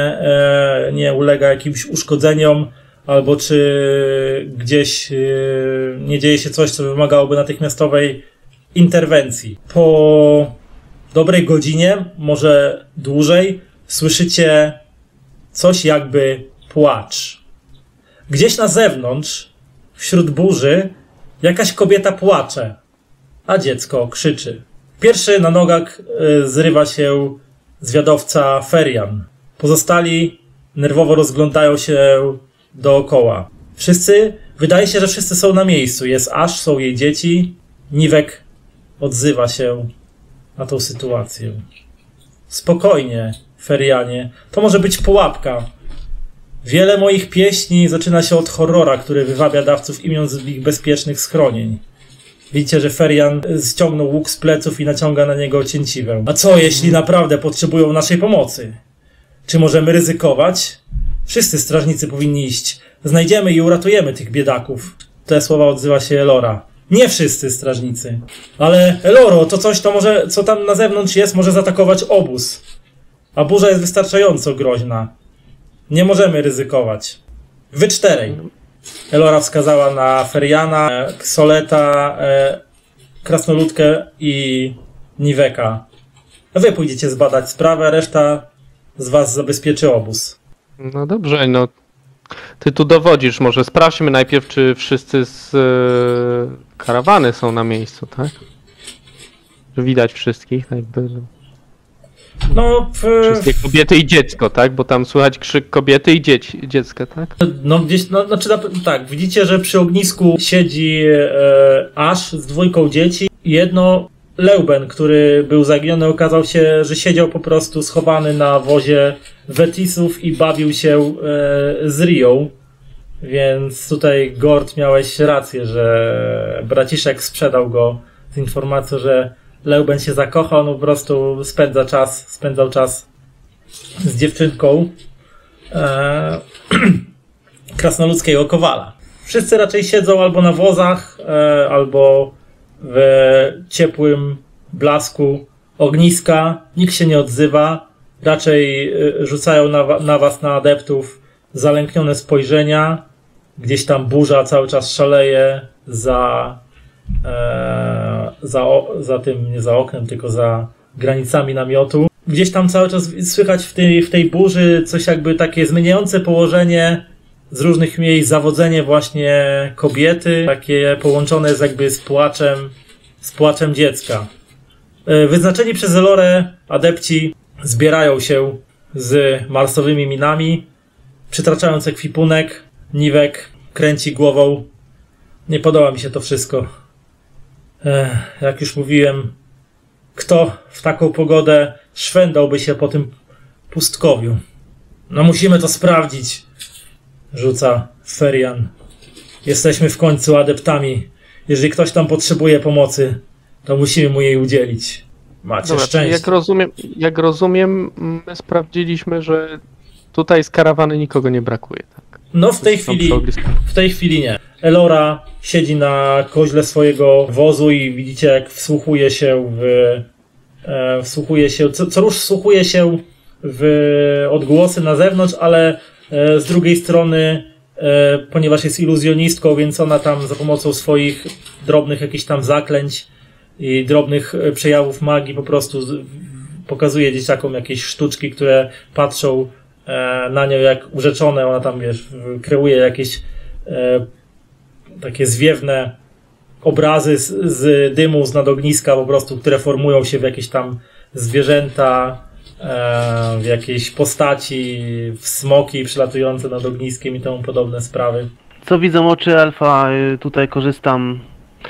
nie ulega jakimś uszkodzeniom, albo czy gdzieś nie dzieje się coś, co wymagałoby natychmiastowej interwencji. Po dobrej godzinie, może dłużej, słyszycie coś jakby płacz. Gdzieś na zewnątrz, wśród burzy, jakaś kobieta płacze, a dziecko krzyczy. Pierwszy na nogach zrywa się zwiadowca Ferian. Pozostali nerwowo rozglądają się dookoła. Wydaje się, że wszyscy są na miejscu. Jest Ash, są jej dzieci. Niwek odzywa się na tą sytuację. Spokojnie, Ferianie. To może być pułapka. Wiele moich pieśni zaczyna się od horrora, który wywabia dawców imion z ich bezpiecznych schronień. Widzicie, że Ferian ściągnął łuk z pleców i naciąga na niego cięciwę. A co, jeśli naprawdę potrzebują naszej pomocy? Czy możemy ryzykować? Wszyscy strażnicy powinni iść. Znajdziemy i uratujemy tych biedaków. Te słowa odzywa się Elora. Nie wszyscy strażnicy. Ale Eloro, to coś, co tam na zewnątrz jest, może zaatakować obóz. A burza jest wystarczająco groźna. Nie możemy ryzykować. Wy czterej. Elora wskazała na Feriana, Soleta, Krasnoludkę i Niweka. Wy pójdziecie zbadać sprawę, reszta z was zabezpieczy obóz. No dobrze, no ty tu dowodzisz, może sprawdźmy najpierw, czy wszyscy z karawany są na miejscu, tak? Że widać wszystkich, jakby. Wszystkie kobiety i dziecko, tak? Bo tam słychać krzyk kobiety i dziecka, tak? Tak, widzicie, że przy ognisku siedzi Ash z dwójką dzieci i jedno Leuben, który był zaginiony, okazał się, że siedział po prostu schowany na wozie Wetisów i bawił się z Rią. Więc tutaj, Gord, miałeś rację, że braciszek sprzedał go z informacją, że Leuben się zakochał, no po prostu spędzał czas z dziewczynką krasnoludzkiego kowala. Wszyscy raczej siedzą albo na wozach, albo w ciepłym blasku ogniska. Nikt się nie odzywa. Raczej rzucają na was, na adeptów, zalęknione spojrzenia. Gdzieś tam burza cały czas szaleje za tym, nie za oknem, tylko za granicami namiotu. Gdzieś tam cały czas słychać w tej burzy coś jakby takie zmieniające położenie z różnych miejsc, zawodzenie właśnie kobiety, takie połączone jest jakby z płaczem dziecka. Wyznaczeni przez Elorę adepci zbierają się z marsowymi minami, przytraczając ekwipunek. Niwek kręci głową. Nie podoba mi się to wszystko. Jak już mówiłem, kto w taką pogodę szwendałby się po tym pustkowiu? No musimy to sprawdzić, rzuca Ferian. Jesteśmy w końcu adeptami. Jeżeli ktoś tam potrzebuje pomocy, to musimy mu jej udzielić. Macie szczęście. Jak rozumiem, my sprawdziliśmy, że tutaj z karawany nikogo nie brakuje, tak? No w tej chwili nie. Elora siedzi na koźle swojego wozu i widzicie, jak wsłuchuje się co rusz wsłuchuje się w odgłosy na zewnątrz, ale z drugiej strony, ponieważ jest iluzjonistką, więc ona tam za pomocą swoich drobnych jakichś tam zaklęć i drobnych przejawów magii po prostu pokazuje dzieciakom jakieś sztuczki, które patrzą na nią jak urzeczone. Ona tam, kreuje jakieś takie zwiewne obrazy z dymu, z nad ogniska po prostu, które formują się w jakieś tam zwierzęta, w jakiejś postaci, w smoki przylatujące nad ogniskiem i tomu podobne sprawy. Co widzą oczy elfa, tutaj korzystam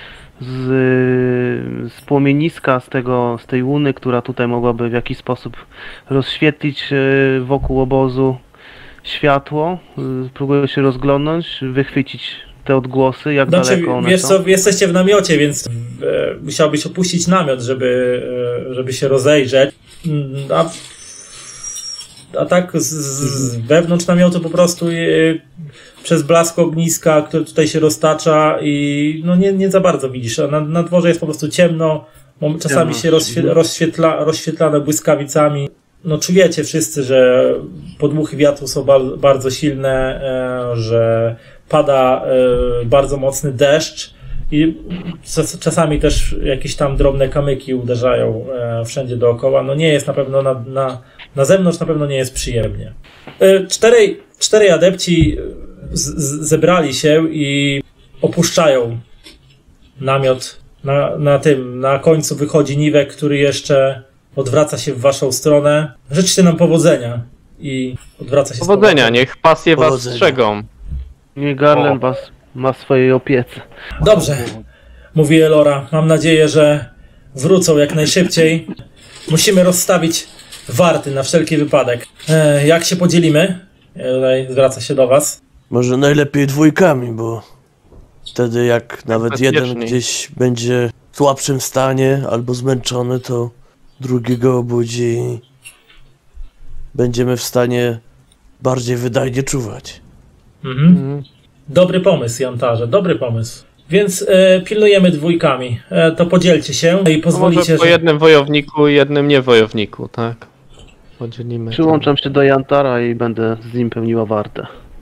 z płomieniska, z tej łuny, która tutaj mogłaby w jakiś sposób rozświetlić wokół obozu światło. Próbuję się rozglądnąć, wychwycić te odgłosy, jak daleko one wiesz są. co, jesteście w namiocie, więc musiałbyś opuścić namiot, żeby się rozejrzeć. A tak z wewnątrz namiotu po prostu przez blask ogniska, które tutaj się roztacza i no nie za bardzo widzisz. A na dworze jest po prostu ciemno, czasami się rozświetlane błyskawicami. No czujecie wszyscy, że podmuchy wiatru są bardzo silne, że pada bardzo mocny deszcz i czasami też jakieś tam drobne kamyki uderzają wszędzie dookoła. No nie jest na pewno na zewnątrz na pewno nie jest przyjemnie. Czterej adepci zebrali się i opuszczają namiot. Na końcu wychodzi Niwek, który jeszcze odwraca się w waszą stronę. Życzcie nam powodzenia i odwraca się. Powodzenia, niech pasje was Powodzenia. strzegą. Nie Garland was ma w swojej opiece. Dobrze, mówi Elora. Mam nadzieję, że wrócą jak najszybciej. Musimy rozstawić warty na wszelki wypadek. Jak się podzielimy? Tutaj zwraca się do was. Może najlepiej dwójkami, bo wtedy jak nawet jeden Bezpieczniej. gdzieś będzie w słabszym stanie albo zmęczony, to drugi go obudzi i będziemy w stanie bardziej wydajnie czuwać. Mhm. Dobry pomysł, Jantarze, dobry pomysł. Więc pilnujemy dwójkami. To podzielcie się i pozwolicie, Może po jednym wojowniku i jednym niewojowniku, tak? Podzielimy. Przyłączam się do Jantara i będę z nim pełniła wartę.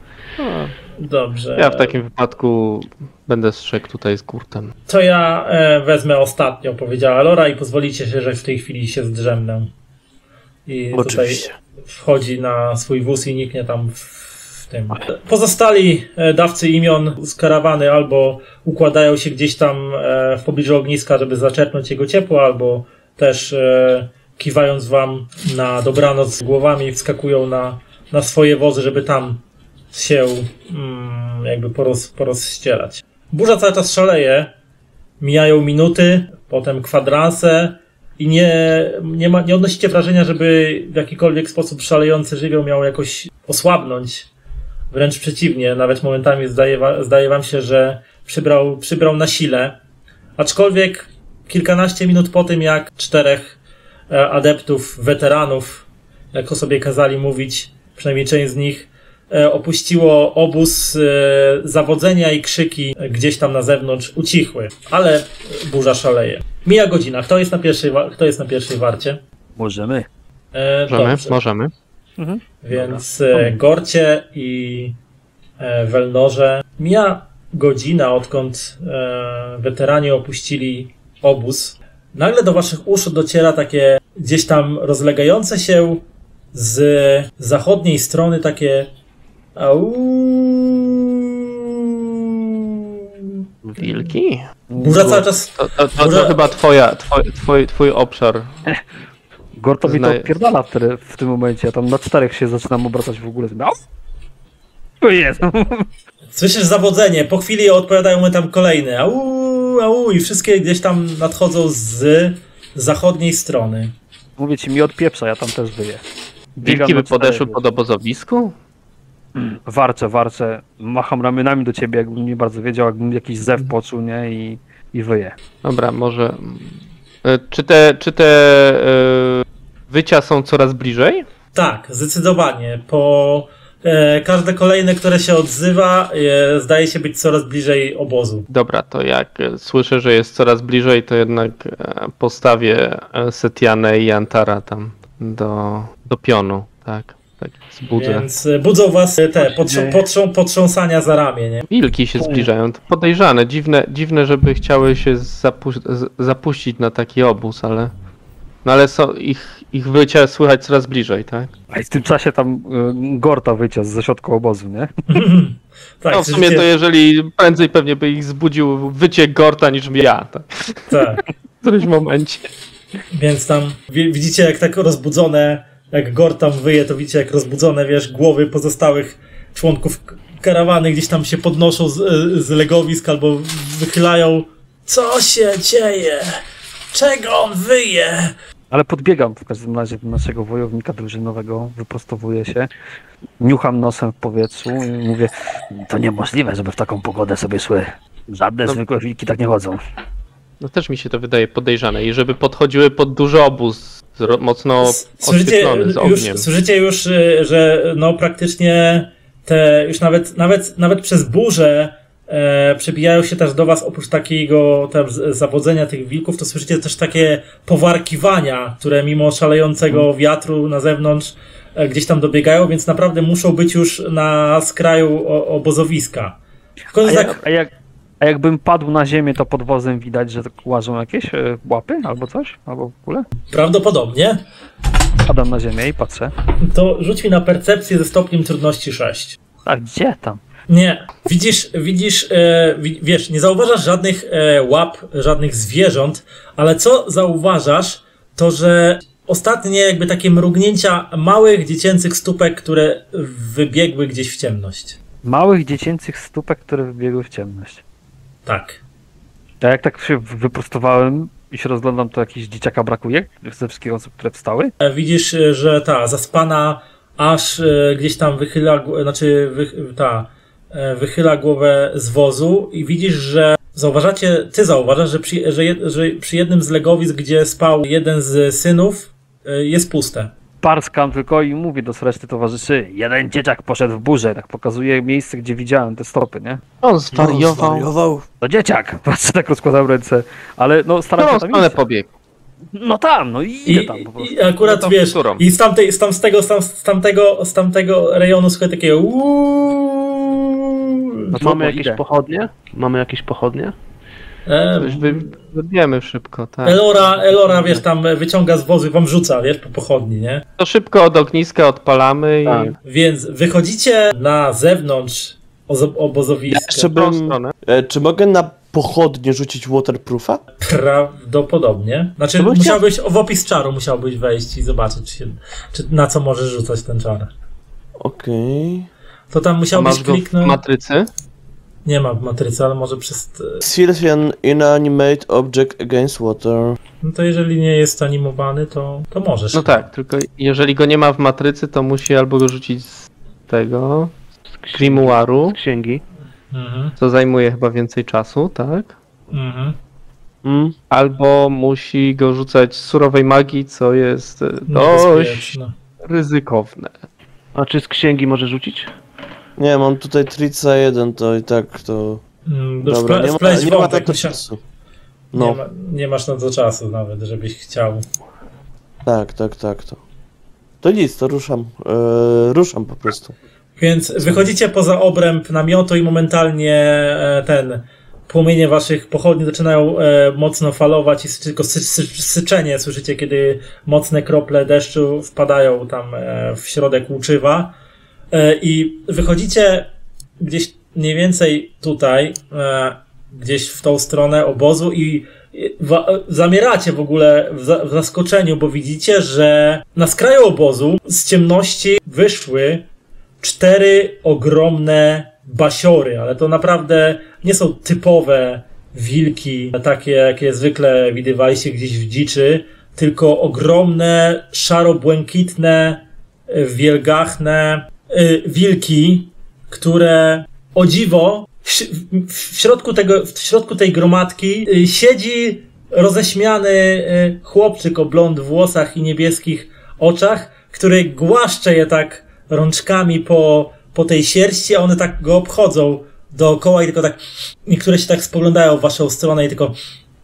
Dobrze. Ja w takim wypadku będę strzegł tutaj z Kurtem. To ja wezmę ostatnią, powiedziała Elora, i pozwolicie się, że w tej chwili się zdrzemnę. I Oczywiście. tutaj wchodzi na swój wóz i niknie tam w tym. Pozostali dawcy imion z karawany albo układają się gdzieś tam w pobliżu ogniska, żeby zaczerpnąć jego ciepło, albo też kiwając wam na dobranoc głowami wskakują na swoje wozy, żeby tam się jakby porozścielać. Burza cały czas szaleje, mijają minuty, potem kwadranse i nie odnosicie wrażenia, żeby w jakikolwiek sposób szalejący żywioł miał jakoś osłabnąć. Wręcz przeciwnie, nawet momentami zdaje wam się, że przybrał na sile. Aczkolwiek kilkanaście minut po tym, jak 4 adeptów, weteranów, jak o sobie kazali mówić, przynajmniej część z nich, opuściło obóz, zawodzenia i krzyki gdzieś tam na zewnątrz ucichły, ale burza szaleje. Mija godzina. Kto jest na pierwszej warcie? Możemy. Dobrze. Możemy. Więc Gorcie i Welnorze. Mija godzina, odkąd weterani opuścili obóz. Nagle do waszych uszu dociera takie gdzieś tam rozlegające się z zachodniej strony takie Wilki? Burza cały czas... To chyba twój obszar. Gortowi to Znaję. odpierdala w tym momencie, ja tam na 4 się zaczynam obracać w ogóle. To jest. Słyszysz zawodzenie, po chwili odpowiadają mu tam kolejne au i wszystkie gdzieś tam nadchodzą z zachodniej strony. Mówię ci, mi odpieprza, ja tam też wyję. Wilki by na 4, podeszły wiesz. pod obozowisku? Warczę, macham ramionami do ciebie, jakbym nie bardzo wiedział, jakbym jakiś zew poczuł, nie? I wyję. Dobra, może... Czy te wycia są coraz bliżej? Tak, zdecydowanie. Każde kolejne, które się odzywa, zdaje się być coraz bliżej obozu. Dobra, to jak słyszę, że jest coraz bliżej, to jednak postawię Setianę i Antara tam do pionu, tak zbudzę. Więc budzą was te potrząsania za ramię, nie? Wilki się zbliżają, to podejrzane, dziwne, żeby chciały się zapuścić na taki obóz, ale... No ale ich wycia słychać coraz bliżej, tak? A i w tym czasie tam Gorta wyciął ze środka obozu, nie? Tak, No w sumie to jeżeli prędzej pewnie by ich zbudził wycie Gorta niż ja, tak? tak. W którymś momencie. Więc tam widzicie, jak tak rozbudzone jak Gord tam wyje, to widzicie jak rozbudzone, wiesz, głowy pozostałych członków karawany gdzieś tam się podnoszą z legowisk albo wychylają. Co się dzieje? Czego on wyje? Ale podbiegam w każdym razie do naszego wojownika drużynowego, wyprostowuję się, niucham nosem w powietrzu i mówię, to niemożliwe, żeby w taką pogodę sobie szły. Żadne zwykłe wilki tak nie chodzą. No też mi się to wydaje podejrzane i żeby podchodziły pod duży obóz, mocno oświetlony z ogniem. Słyszycie już, że no praktycznie te już nawet przez burzę przebijają się też do was, oprócz takiego tam zawodzenia tych wilków, to słyszycie też takie powarkiwania, które mimo szalejącego wiatru na zewnątrz gdzieś tam dobiegają, więc naprawdę muszą być już na skraju obozowiska. A jakbym padł na ziemię, to pod wozem widać, że łażą jakieś łapy albo coś? Albo w ogóle? Prawdopodobnie. Padam na ziemię i patrzę. To rzuć mi na percepcję ze stopniem trudności 6. A gdzie tam? Nie. Wiesz, nie zauważasz żadnych łap, żadnych zwierząt, ale co zauważasz, to że ostatnie jakby takie mrugnięcia małych dziecięcych stópek, które wybiegły gdzieś w ciemność. Małych dziecięcych stópek, które wybiegły w ciemność. Tak. A jak tak się wyprostowałem i się rozglądam, to jakiś dzieciaka brakuje ze wszystkich osób, które wstały? Widzisz, że ta zaspana aż gdzieś tam wychyla głowę z wozu i widzisz, że ty zauważasz, że przy jednym z legowisk, gdzie spał jeden z synów, jest puste. Parskam tylko i mówię do reszty towarzyszy, jeden dzieciak poszedł w burzę, tak pokazuje miejsce, gdzie widziałem te stopy, nie? On zwariował. To dzieciak! Patrzę, tak rozkładam ręce, ale no staram się tam iść. Pobiegł. No tam, no i idę tam po prostu. I akurat No to wiesz, którą? i z tamtego rejonu słuchaj takiego No to Mamy jakieś idę. pochodnie? Mamy jakieś pochodnie? Coś wybiemy szybko, tak. Elora, wiesz, tam wyciąga z wozu i wam rzuca, wiesz, po pochodni, nie? To szybko od ogniska odpalamy Tak. i Więc wychodzicie na zewnątrz obozowiska. Jeszcze w tą bym... stronę. Czy mogę na pochodnie rzucić waterproofa? Prawdopodobnie. Znaczy, To bym w opis czaru musiałbyś wejść i zobaczyć, czy na co możesz rzucać ten czar. Okej. To tam A musiałbyś masz go w kliknąć. matrycy? Nie ma matrycy, ale może przez. Seals an inanimate object against water. No to jeżeli nie jest animowany, to możesz. No tak, tylko jeżeli go nie ma w matrycy, to musi albo go rzucić z tego, z grimoiru, Z księgi. Mhm. co zajmuje chyba więcej czasu, tak? Mhm. Albo musi go rzucać z surowej magii, co jest dość Niebezpieczne. ryzykowne. A czy z księgi może rzucić? Nie, mam tutaj Trica 1, to i tak to... Dobra, nie Wpleść ma wątek, tak to musiał- czasu. No, nie masz na to czasu nawet, żebyś chciał. tak, to. To nic, to ruszam. Ruszam po prostu. Więc wychodzicie poza obręb namiotu i momentalnie płomienie waszych pochodni zaczynają mocno falować i tylko syczenie słyszycie, kiedy mocne krople deszczu wpadają tam w środek łuczywa. I wychodzicie gdzieś mniej więcej tutaj, gdzieś w tą stronę obozu i zamieracie w ogóle w zaskoczeniu, bo widzicie, że na skraju obozu z ciemności wyszły 4 ogromne basiory, ale to naprawdę nie są typowe wilki, takie jakie zwykle widywaliście gdzieś w dziczy, tylko ogromne, szaro-błękitne, wielgachne wilki, które o dziwo w środku tej gromadki siedzi roześmiany chłopczyk o blond włosach i niebieskich oczach, który głaszcze je tak rączkami po tej sierści, a one tak go obchodzą dookoła i tylko tak, niektóre się tak spoglądają w waszą stronę i tylko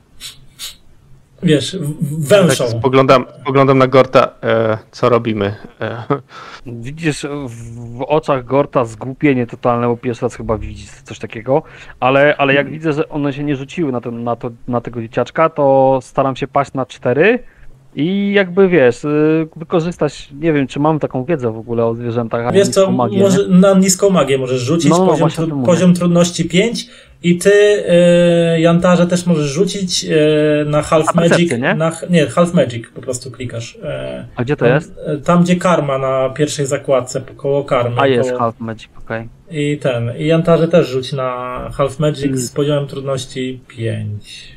wiesz, węszą. Tak spoglądam na Gorta, co robimy. Widzisz w oczach Gorta zgłupienie totalne, bo pierwszy raz chyba widzi coś takiego, ale jak widzę, że one się nie rzuciły na tego dzieciaczka, to staram się paść na 4 I jakby wiesz, wykorzystać, nie wiem czy mam taką wiedzę w ogóle o zwierzętach, ale Wiesz co, niską magię, może, na niską magię możesz rzucić, No, poziom, właśnie o tym mówię. poziom trudności 5 i ty, Jantarze, też możesz rzucić na Half Na Magic. percepcję, nie? Nie, Half Magic po prostu klikasz. A gdzie to jest? Tam, gdzie karma na pierwszej zakładce, koło karmy. A jest koło... Half Magic, okej. I Jantarze też rzuć na Half Magic Mm. z poziomem trudności 5.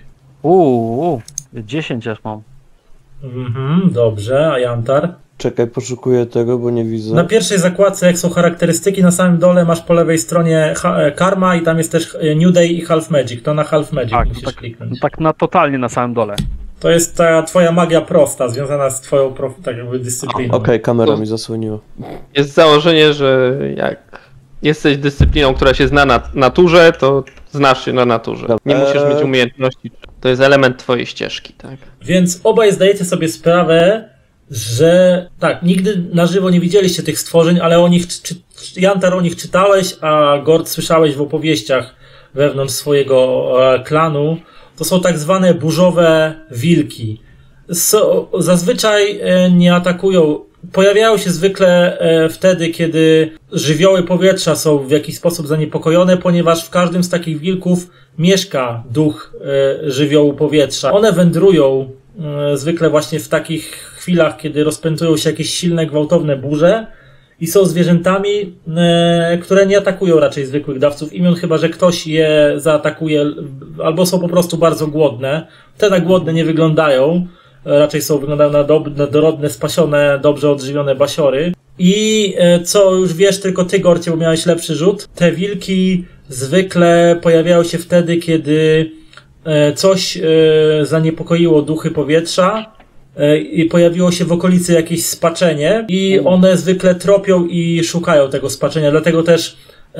10 aż mam. Dobrze, a Jantar? Czekaj, poszukuję tego, bo nie widzę. Na pierwszej zakładce, jak są charakterystyki, na samym dole masz po lewej stronie karma i tam jest też New Day i Half Magic. To na Half Magic Tak, musisz no kliknąć. No tak na totalnie na samym dole. To jest ta twoja magia prosta, związana z twoją tak jakby dyscypliną. Okej, kamera mi zasłoniła. Jest założenie, że jak jesteś dyscypliną, która się zna na naturze, to znasz się na naturze. Nie musisz mieć umiejętności. To jest element twojej ścieżki, tak? Więc obaj zdajecie sobie sprawę, że tak, nigdy na żywo nie widzieliście tych stworzeń, ale o nich, Jantar, o nich czytałeś, a Gord słyszałeś w opowieściach wewnątrz swojego klanu. To są tak zwane burzowe wilki. Zazwyczaj nie atakują. Pojawiają się zwykle wtedy, kiedy żywioły powietrza są w jakiś sposób zaniepokojone, ponieważ w każdym z takich wilków mieszka duch żywiołu powietrza. One wędrują zwykle właśnie w takich chwilach, kiedy rozpętują się jakieś silne, gwałtowne burze i są zwierzętami, które nie atakują raczej zwykłych dawców imion, chyba że ktoś je zaatakuje, albo są po prostu bardzo głodne. Te na głodne nie wyglądają, raczej wyglądają na dorodne, spasione, dobrze odżywione basiory. I co już wiesz tylko ty, Gorcie, bo miałeś lepszy rzut, te wilki zwykle pojawiają się wtedy, kiedy coś zaniepokoiło duchy powietrza i pojawiło się w okolicy jakieś spaczenie i one zwykle tropią i szukają tego spaczenia, dlatego też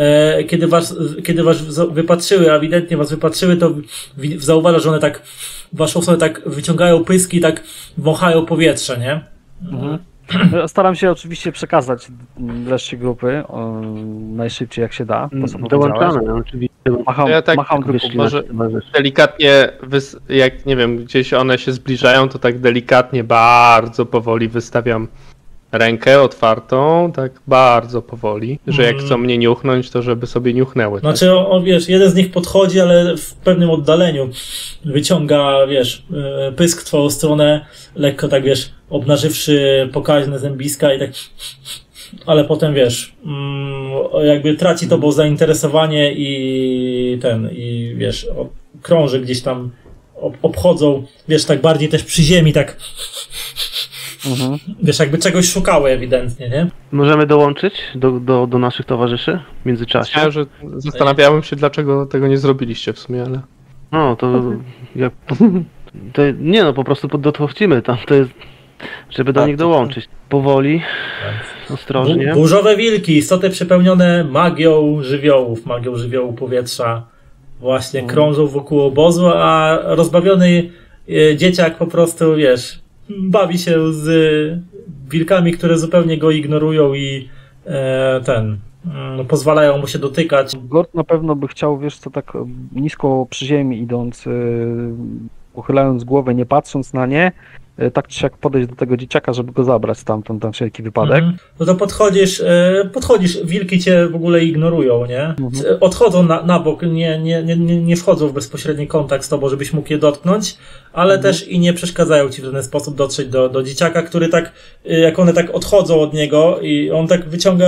kiedy was wypatrzyły, a ewidentnie was wypatrzyły, to zauważasz, że one tak waszą stronę tak wyciągają pyski i tak wąchają powietrze, nie? Staram się oczywiście przekazać reszcie grupy najszybciej jak się da. To, co Dołączamy, oczywiście. Ja tak macham Wyszli może nasi towarzysze. delikatnie, jak nie wiem, gdzieś one się zbliżają, to tak delikatnie, bardzo powoli wystawiam rękę otwartą, tak bardzo powoli, że jak chcą mnie niuchnąć, to żeby sobie niuchnęły. Tak? Znaczy, wiesz, jeden z nich podchodzi, ale w pewnym oddaleniu wyciąga, wiesz, pysk w twoją stronę, lekko tak, wiesz, obnażywszy pokaźne zębiska i tak, ale potem, wiesz, jakby traci tobą zainteresowanie i wiesz, krąży gdzieś tam, obchodzą, wiesz, tak bardziej też przy ziemi, tak, wiesz, jakby czegoś szukały ewidentnie, nie? Możemy dołączyć do naszych towarzyszy w międzyczasie? Myślałem, że zastanawiałem się, dlaczego tego nie zrobiliście w sumie, ale... No, nie no, po prostu poddochwcimy tam, to jest, żeby do nich dołączyć. Powoli, ostrożnie. Burzowe wilki, istoty przepełnione magią żywiołu powietrza, właśnie krążą wokół obozu, a rozbawiony dzieciak po prostu, wiesz, bawi się z wilkami, które zupełnie go ignorują i pozwalają mu się dotykać. Gord na pewno by chciał, wiesz co, tak nisko przy ziemi idąc, uchylając głowę, nie patrząc na nie, tak czy siak podejść do tego dzieciaka, żeby go zabrać stamtąd na wszelki wypadek. No to podchodzisz, wilki cię w ogóle ignorują, nie? Odchodzą na bok, nie wchodzą w bezpośredni kontakt z tobą, żebyś mógł je dotknąć, ale też i nie przeszkadzają ci w żaden sposób dotrzeć do dzieciaka, który tak, jak one tak odchodzą od niego i on tak wyciąga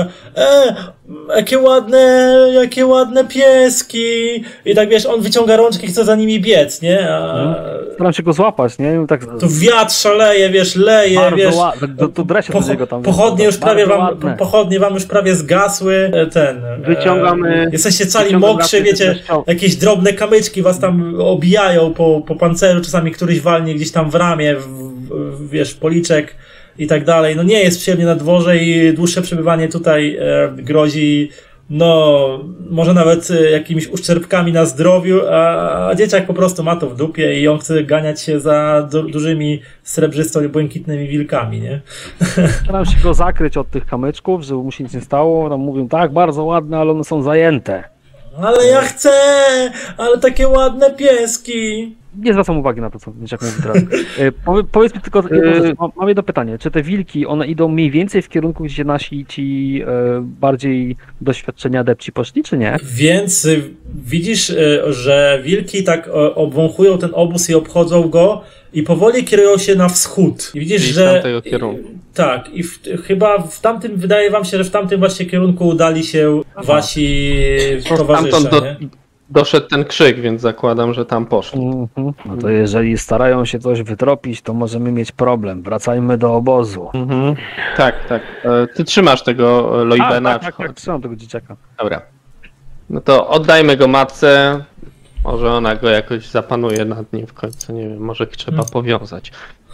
jakie ładne pieski i tak, wiesz, on wyciąga rączki i chce za nimi biec, nie? Staram się go złapać, nie? Tak, to wiatr szaleje, wiesz, leje, wiesz, to dresie do niego tam. Pochodnie wam już prawie zgasły, Wyciągamy... jesteście cali mokrzy, wiecie, jakieś drobne kamyczki was tam obijają po pancerzu, czasami któryś walnie gdzieś tam w ramię, wiesz, w policzek i tak dalej. No nie jest przyjemnie na dworze i dłuższe przebywanie tutaj grozi, no, może nawet jakimiś uszczerbkami na zdrowiu, a dzieciak po prostu ma to w dupie i on chce ganiać się za dużymi srebrzysto-błękitnymi wilkami, nie? Staram się go zakryć od tych kamyczków, żeby mu się nic nie stało. Tam mówią, tak, bardzo ładne, ale one są zajęte. Ale ja chcę! Ale takie ładne pieski! Nie zwracam uwagi na to, co jak mówi teraz. Powiedz mi tylko jedną rzecz. Mam jedno pytanie. Czy te wilki, one idą mniej więcej w kierunku, gdzie nasi ci bardziej doświadczeni adepci poszli, czy nie? Więc widzisz, że wilki tak obwąchują ten obóz i obchodzą go i powoli kierują się na wschód. I widzisz, Czyli z że... tamtego kierunku. Tak, i chyba w tamtym, wydaje wam się, że w tamtym właśnie kierunku udali się wasi towarzysze, Stamtąd nie? doszedł ten krzyk, więc zakładam, że tam poszli. No to jeżeli starają się coś wytropić, to możemy mieć problem. Wracajmy do obozu. Tak. Ty trzymasz tego Loibena. Tak, trzymam tego dzieciaka. Dobra. No to oddajmy go matce. Może ona go jakoś zapanuje nad nim w końcu. Nie wiem, może trzeba powiązać.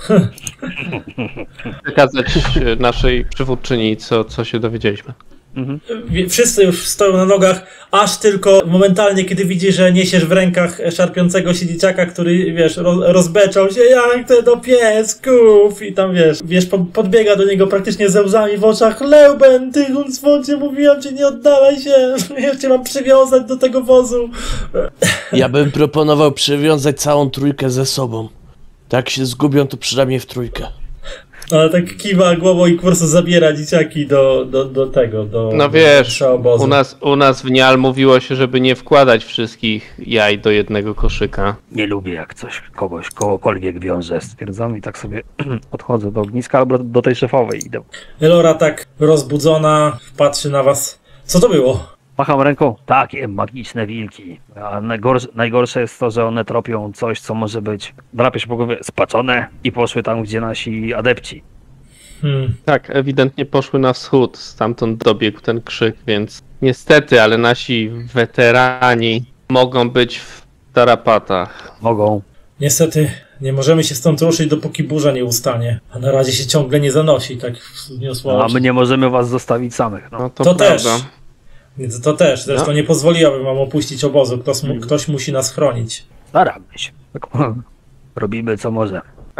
Przekazać naszej przywódczyni, co się dowiedzieliśmy. Wszyscy już stoją na nogach, aż tylko momentalnie, kiedy widzi, że niesiesz w rękach szarpiącego się dzieciaka, który, wiesz, rozbeczał się, ja chcę do piesków i tam, wiesz, podbiega do niego praktycznie ze łzami w oczach. Leuben, ty Hunsfoncie, mówiłam ci, nie oddawaj się, ja cię mam przywiązać do tego wozu. Ja bym proponował przywiązać całą trójkę ze sobą. Tak się zgubią, to przynajmniej w trójkę. Ale tak kiwa głową i po prostu zabiera dzieciaki do No wiesz, obozu. u nas w Nial mówiło się, żeby nie wkładać wszystkich jaj do jednego koszyka. Nie lubię, jak coś kogokolwiek wiąże, stwierdzam i tak sobie odchodzę do ogniska albo do tej szefowej idę. Elora tak rozbudzona patrzy na was. Co to było? Macham ręką, takie magiczne wilki. A najgorsze jest to, że one tropią coś, co może być, drapie się po głowie, spaczone i poszły tam, gdzie nasi adepci. Tak, ewidentnie poszły na wschód, stamtąd dobiegł ten krzyk, więc niestety, ale nasi weterani mogą być w tarapatach. Mogą. Niestety nie możemy się stąd ruszyć, dopóki burza nie ustanie. A na razie się ciągle nie zanosi, tak wzniosła No, a oczy. my nie możemy was zostawić samych. No. No To prawda. też. Więc to też. Zresztą No. nie pozwoliłabym wam opuścić obozu. Ktoś musi nas chronić. Staramy się. Tak, robimy co może.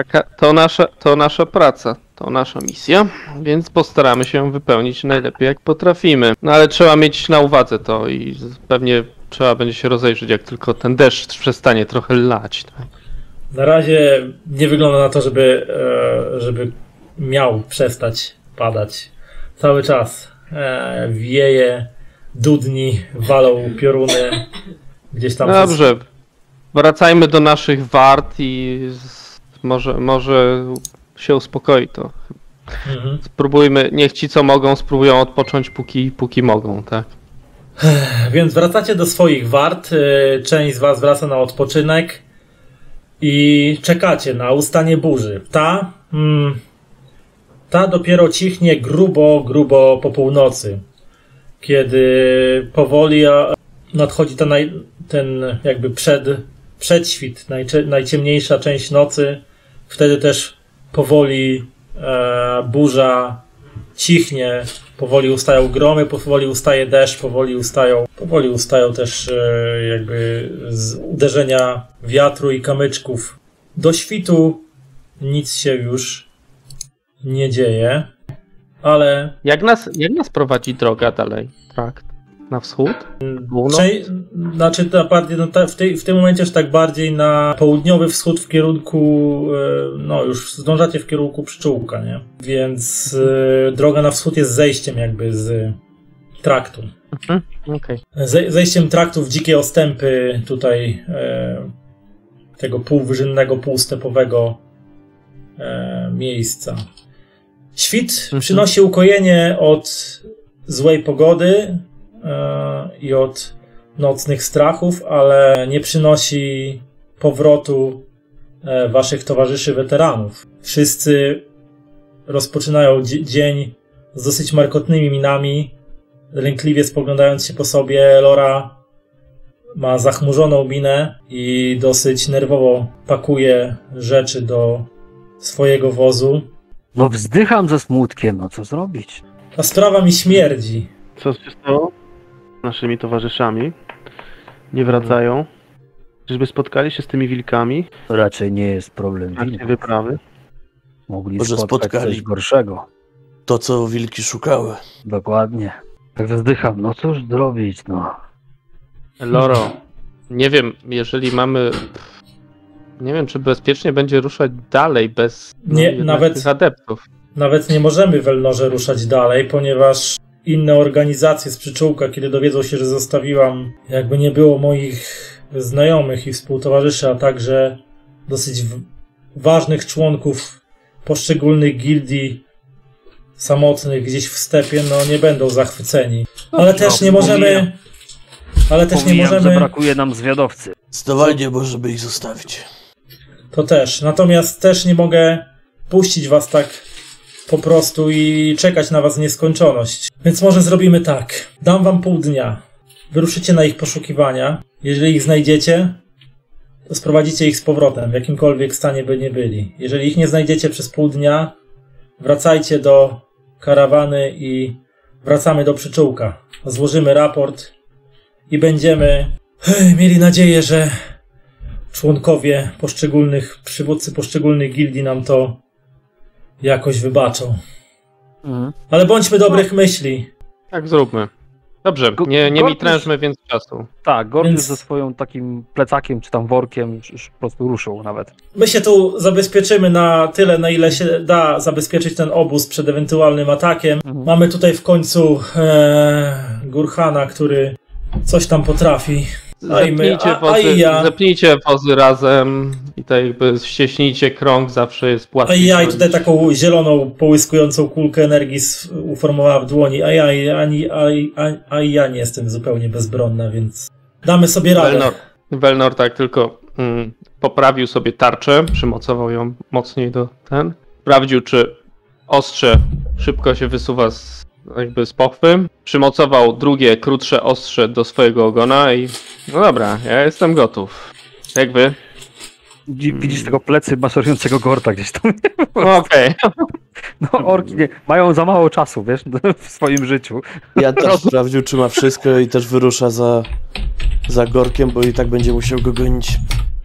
To nasza praca, to nasza misja, więc postaramy się ją wypełnić najlepiej jak potrafimy. No ale trzeba mieć na uwadze to i pewnie trzeba będzie się rozejrzeć, jak tylko ten deszcz przestanie trochę lać. Tak? Na razie nie wygląda na to, żeby miał przestać padać. Cały czas wieje, dudni, walą pioruny. Gdzieś tam... Dobrze, wracajmy do naszych wart i może się uspokoi to. Spróbujmy, niech ci co mogą spróbują odpocząć póki mogą, tak? Więc wracacie do swoich wart. Część z was wraca na odpoczynek i czekacie na ustanie burzy. Ta dopiero cichnie grubo po północy, kiedy powoli nadchodzi ten jakby przedświt, najciemniejsza część nocy. Wtedy też powoli burza cichnie, powoli ustają gromy, powoli ustaje deszcz, powoli ustają też jakby z uderzenia wiatru i kamyczków. Do świtu nic się już nie dzieje, ale Jak nas prowadzi droga dalej? Trakt? Na wschód? Północ? znaczy bardziej, w tym momencie już tak bardziej na południowy wschód w kierunku, no już zdążacie w kierunku Pszczółka, nie? Więc droga na wschód jest zejściem jakby z traktu. Okej. Zejściem traktu w dzikie ostępy tutaj tego półwyżynnego, półstepowego miejsca. Świt przynosi ukojenie od złej pogody i od nocnych strachów, ale nie przynosi powrotu waszych towarzyszy weteranów. Wszyscy rozpoczynają dzień z dosyć markotnymi minami, lękliwie spoglądając się po sobie. Lora ma zachmurzoną minę i dosyć nerwowo pakuje rzeczy do swojego wozu. No wzdycham ze smutkiem, no co zrobić? Ta sprawa mi śmierdzi. Co się stało z naszymi towarzyszami? Nie wracają? Czyżby spotkali się z tymi wilkami To raczej nie jest problem w trakcie wilków. wyprawy? Mogli Może spotkać spotkali. coś gorszego. To, co wilki szukały. Dokładnie. Tak wzdycham, no cóż zrobić, no. Loro, nie wiem, jeżeli mamy Nie wiem, czy bezpiecznie będzie ruszać dalej bez Nie, nawet- tych adeptów. Nawet nie możemy w Elnorze ruszać dalej, ponieważ inne organizacje z przyczółka, kiedy dowiedzą się, że zostawiłam, jakby nie było moich znajomych i współtowarzyszy, a także dosyć ważnych członków poszczególnych gildii samotnych gdzieś w stepie, no nie będą zachwyceni. Ale też nie możemy... Ale też nie Pomijam, że możemy... brakuje nam zwiadowcy. Zdowolnie żeby ich zostawić. To też. Natomiast też nie mogę puścić was tak po prostu i czekać na was w nieskończoność. Więc może zrobimy tak. Dam wam pół dnia. Wyruszycie na ich poszukiwania. Jeżeli ich znajdziecie, to sprowadzicie ich z powrotem, w jakimkolwiek stanie by nie byli. Jeżeli ich nie znajdziecie przez pół dnia, wracajcie do karawany i wracamy do przyczółka. Złożymy raport i będziemy mieli nadzieję, że członkowie przywódcy poszczególnych gildii nam to jakoś wybaczą. Ale bądźmy dobrych myśli. Tak, zróbmy. Dobrze, Go- nie Gorkus- mitrężmy więc czasu. Tak, Gorgus Więc- ze swoim takim plecakiem czy tam workiem już po prostu ruszył nawet. My się tu zabezpieczymy na tyle, na ile się da zabezpieczyć ten obóz przed ewentualnym atakiem. Mamy tutaj w końcu Gurhana, który coś tam potrafi. Zepnijcie wozy razem i tak jakby ścieśnijcie krąg, zawsze jest A łatwiej. ja i tutaj taką zieloną, połyskującą kulkę energii uformowała w dłoni, a ja nie jestem zupełnie bezbronna, więc damy sobie radę. Welnor tak tylko poprawił sobie tarczę, przymocował ją mocniej do sprawdził, czy ostrze szybko się wysuwa z pochwy, przymocował drugie, krótsze ostrze do swojego ogona i no dobra, ja jestem gotów. Jak wy? Widzisz tego plecy maszerującego Gorta gdzieś tam. Okej. No orki mają za mało czasu, wiesz, w swoim życiu. Ja też sprawdził, czy ma wszystko i też wyrusza za Gorkiem, bo i tak będzie musiał go gonić.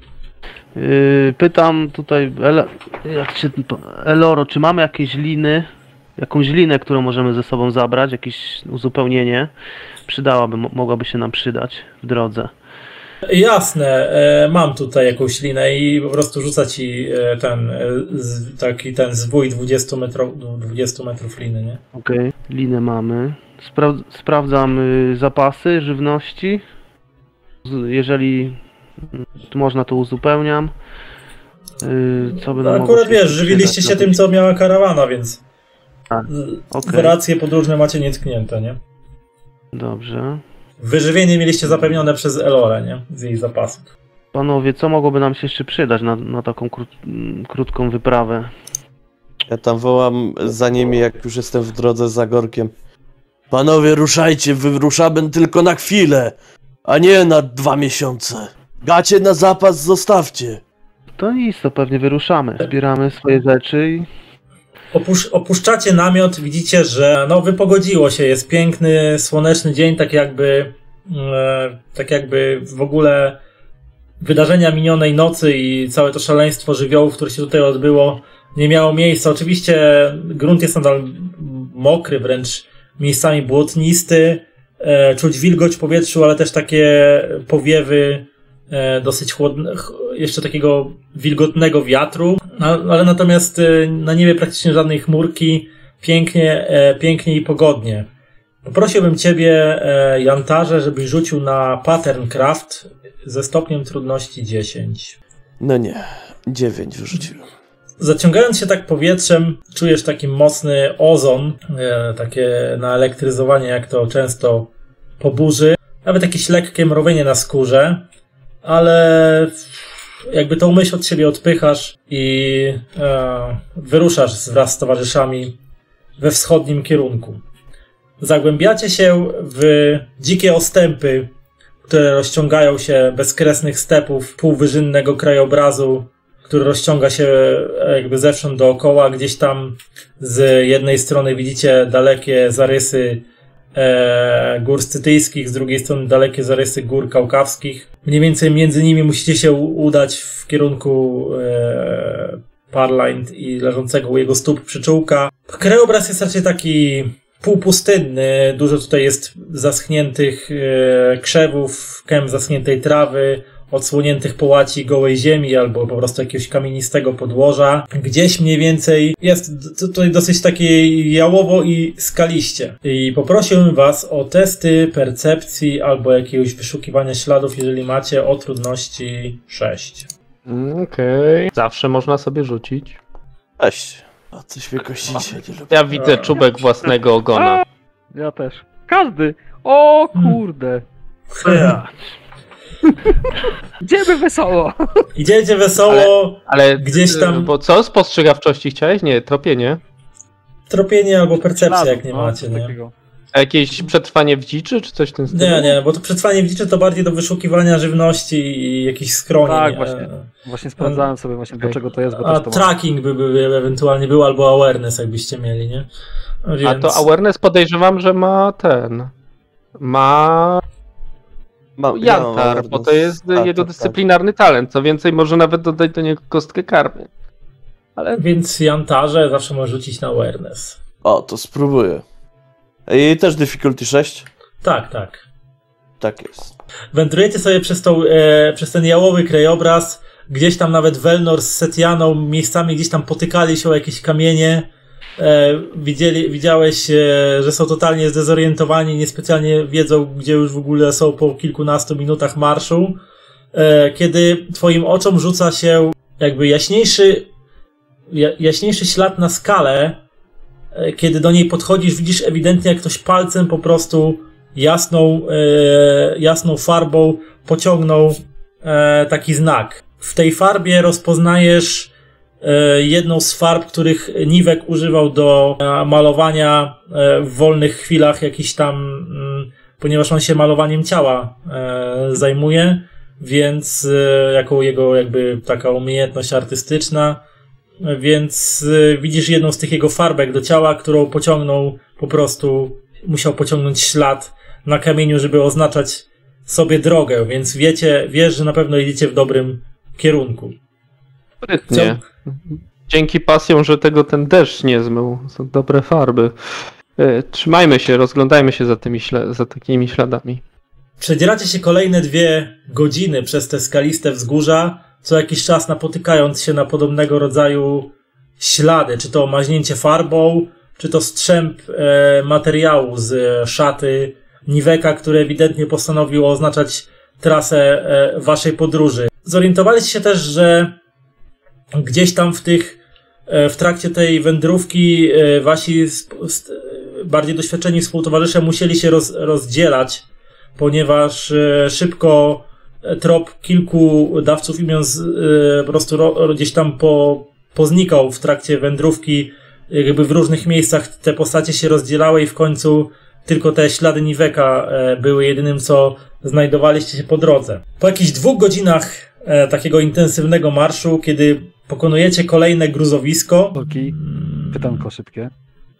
Pytam tutaj, Eloro, czy mamy jakieś jakąś linę, którą możemy ze sobą zabrać, jakieś uzupełnienie? Mogłaby się nam przydać w drodze. Jasne, mam tutaj jakąś linę i po prostu rzuca ci ten zwój 20 metrów liny, nie? Okej, linę mamy. Sprawdzam zapasy żywności. Jeżeli można, to uzupełniam. Co by nam mogło Akurat się wiesz, przydać? żywiliście się tym, co miała karawana, więc Tak, okej. racje podróżne macie nietknięte, nie? Dobrze. Wyżywienie mieliście zapewnione przez Elorę, nie? Z jej zapasów. Panowie, co mogłoby nam się jeszcze przydać na taką krótką wyprawę? Ja tam wołam za nimi, jak już jestem w drodze za Gorkiem. Panowie, ruszajcie, wyruszamy tylko na chwilę, a nie na 2 miesiące. Gacie na zapas zostawcie. To nic, to pewnie wyruszamy. Zbieramy swoje rzeczy i... Opuszczacie namiot, widzicie, że wypogodziło się, jest piękny, słoneczny dzień, tak jakby w ogóle wydarzenia minionej nocy i całe to szaleństwo żywiołów, które się tutaj odbyło, nie miało miejsca. Oczywiście grunt jest nadal mokry, wręcz miejscami błotnisty, czuć wilgoć w powietrzu, ale też takie powiewy dosyć chłodne, jeszcze takiego wilgotnego wiatru, ale natomiast na niebie praktycznie żadnej chmurki, pięknie i pogodnie. Poprosiłbym ciebie, Jantarze, żebyś rzucił na Pattern Craft ze stopniem trudności 10. No nie, 9 wyrzuciłem. Zaciągając się tak powietrzem, czujesz taki mocny ozon, takie naelektryzowanie, jak to często po burzy, nawet jakieś lekkie mrowienie na skórze, ale jakby tą myśl od siebie odpychasz i wyruszasz wraz z towarzyszami we wschodnim kierunku. Zagłębiacie się w dzikie ostępy, które rozciągają się bezkresnych stepów półwyżynnego krajobrazu, który rozciąga się jakby zewsząd dookoła. Gdzieś tam z jednej strony widzicie dalekie zarysy gór scytyjskich, z drugiej strony dalekie zarysy gór kaukawskich. Mniej więcej między nimi musicie się udać w kierunku Parlind i leżącego u jego stóp przyczółka. Krajobraz jest raczej taki półpustynny, dużo tutaj jest zaschniętych krzewów, kęp zaschniętej trawy, odsłoniętych połaci gołej ziemi albo po prostu jakiegoś kamienistego podłoża. Gdzieś mniej więcej jest tutaj dosyć takie jałowo i skaliście. I poprosiłbym was o testy percepcji albo jakiegoś wyszukiwania śladów, jeżeli macie, o trudności 6. Okej. Zawsze można sobie rzucić. Weź. A coś wykościcie, nie lubię. Ja widzę czubek własnego ogona. Ja też. Każdy. O kurde. Idziemy wesoło. Idziecie wesoło, Ale Gdzieś tam- Bo co? Spostrzegawczości chciałeś? Nie, tropienie. tropienie albo percepcja, Śladów, jak nie no, macie, coś nie? takiego. A jakieś przetrwanie w dziczy, czy coś w tym stylu? Nie, bo to przetrwanie w dziczy to bardziej do wyszukiwania żywności i jakichś schronień. Tak, właśnie sprawdzałem sobie właśnie do czego to jest, bo A też to mam. tracking by ewentualnie był, albo awareness, jakbyście mieli, nie? Więc... A to awareness podejrzewam, że ma ten. Ma Jantar, bo to jest jego dyscyplinarny talent. Co więcej, może nawet dodać do niego kostkę karmy. Ale Więc Jantarze zawsze może rzucić na awareness. O, to spróbuję. I też difficulty 6? Tak. Tak jest. Wędrujecie sobie przez ten jałowy krajobraz. Gdzieś tam nawet Welnor z Setianą miejscami gdzieś tam potykali się o jakieś kamienie. Widziałeś, że są totalnie zdezorientowani, niespecjalnie wiedzą, gdzie już w ogóle są po kilkunastu minutach marszu. Kiedy twoim oczom rzuca się jakby jaśniejszy ślad na skalę, kiedy do niej podchodzisz, widzisz ewidentnie, jak ktoś palcem po prostu jasną farbą pociągnął taki znak. W tej farbie rozpoznajesz jedną z farb, których Niwek używał do malowania w wolnych chwilach jakiś tam, ponieważ on się malowaniem ciała zajmuje, więc jako jego jakby taka umiejętność artystyczna, więc widzisz jedną z tych jego farbek do ciała, którą pociągnął, po prostu musiał pociągnąć ślad na kamieniu, żeby oznaczać sobie drogę, więc wiesz, że na pewno idziecie w dobrym kierunku. sprytnie. Dzięki pasjom, że tego ten deszcz nie zmył. Są dobre farby. Trzymajmy się, rozglądajmy się za takimi śladami. Przedzieracie się kolejne 2 godziny przez te skaliste wzgórza, co jakiś czas napotykając się na podobnego rodzaju ślady, czy to maźnięcie farbą, czy to strzęp materiału z szaty Niweka, który ewidentnie postanowił oznaczać trasę waszej podróży. Zorientowaliście się też, że gdzieś tam w trakcie tej wędrówki wasi bardziej doświadczeni współtowarzysze musieli się rozdzielać, ponieważ szybko trop kilku dawców imion po prostu gdzieś tam poznikał w trakcie wędrówki, jakby w różnych miejscach te postacie się rozdzielały i w końcu tylko te ślady Niweka były jedynym, co znajdowaliście się po drodze. Po jakichś 2 godzinach takiego intensywnego marszu, kiedy pokonujecie kolejne gruzowisko. Olki, pytanko szybkie.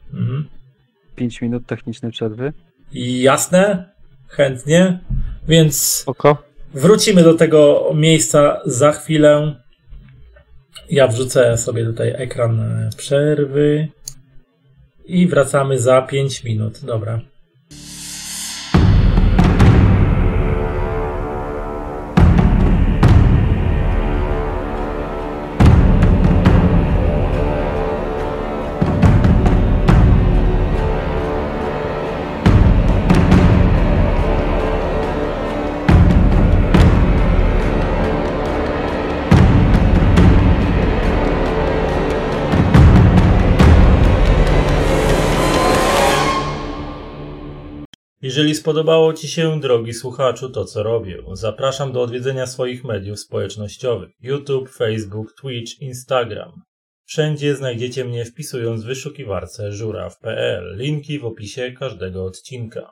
5 minut technicznej przerwy. Jasne, chętnie, więc Oko. wrócimy do tego miejsca za chwilę. Ja wrzucę sobie tutaj ekran przerwy i wracamy za 5 minut. Dobra. Jeżeli spodobało Ci się, drogi słuchaczu, to co robię, zapraszam do odwiedzenia swoich mediów społecznościowych: YouTube, Facebook, Twitch, Instagram. Wszędzie znajdziecie mnie wpisując w wyszukiwarce żuraw.pl. Linki w opisie każdego odcinka.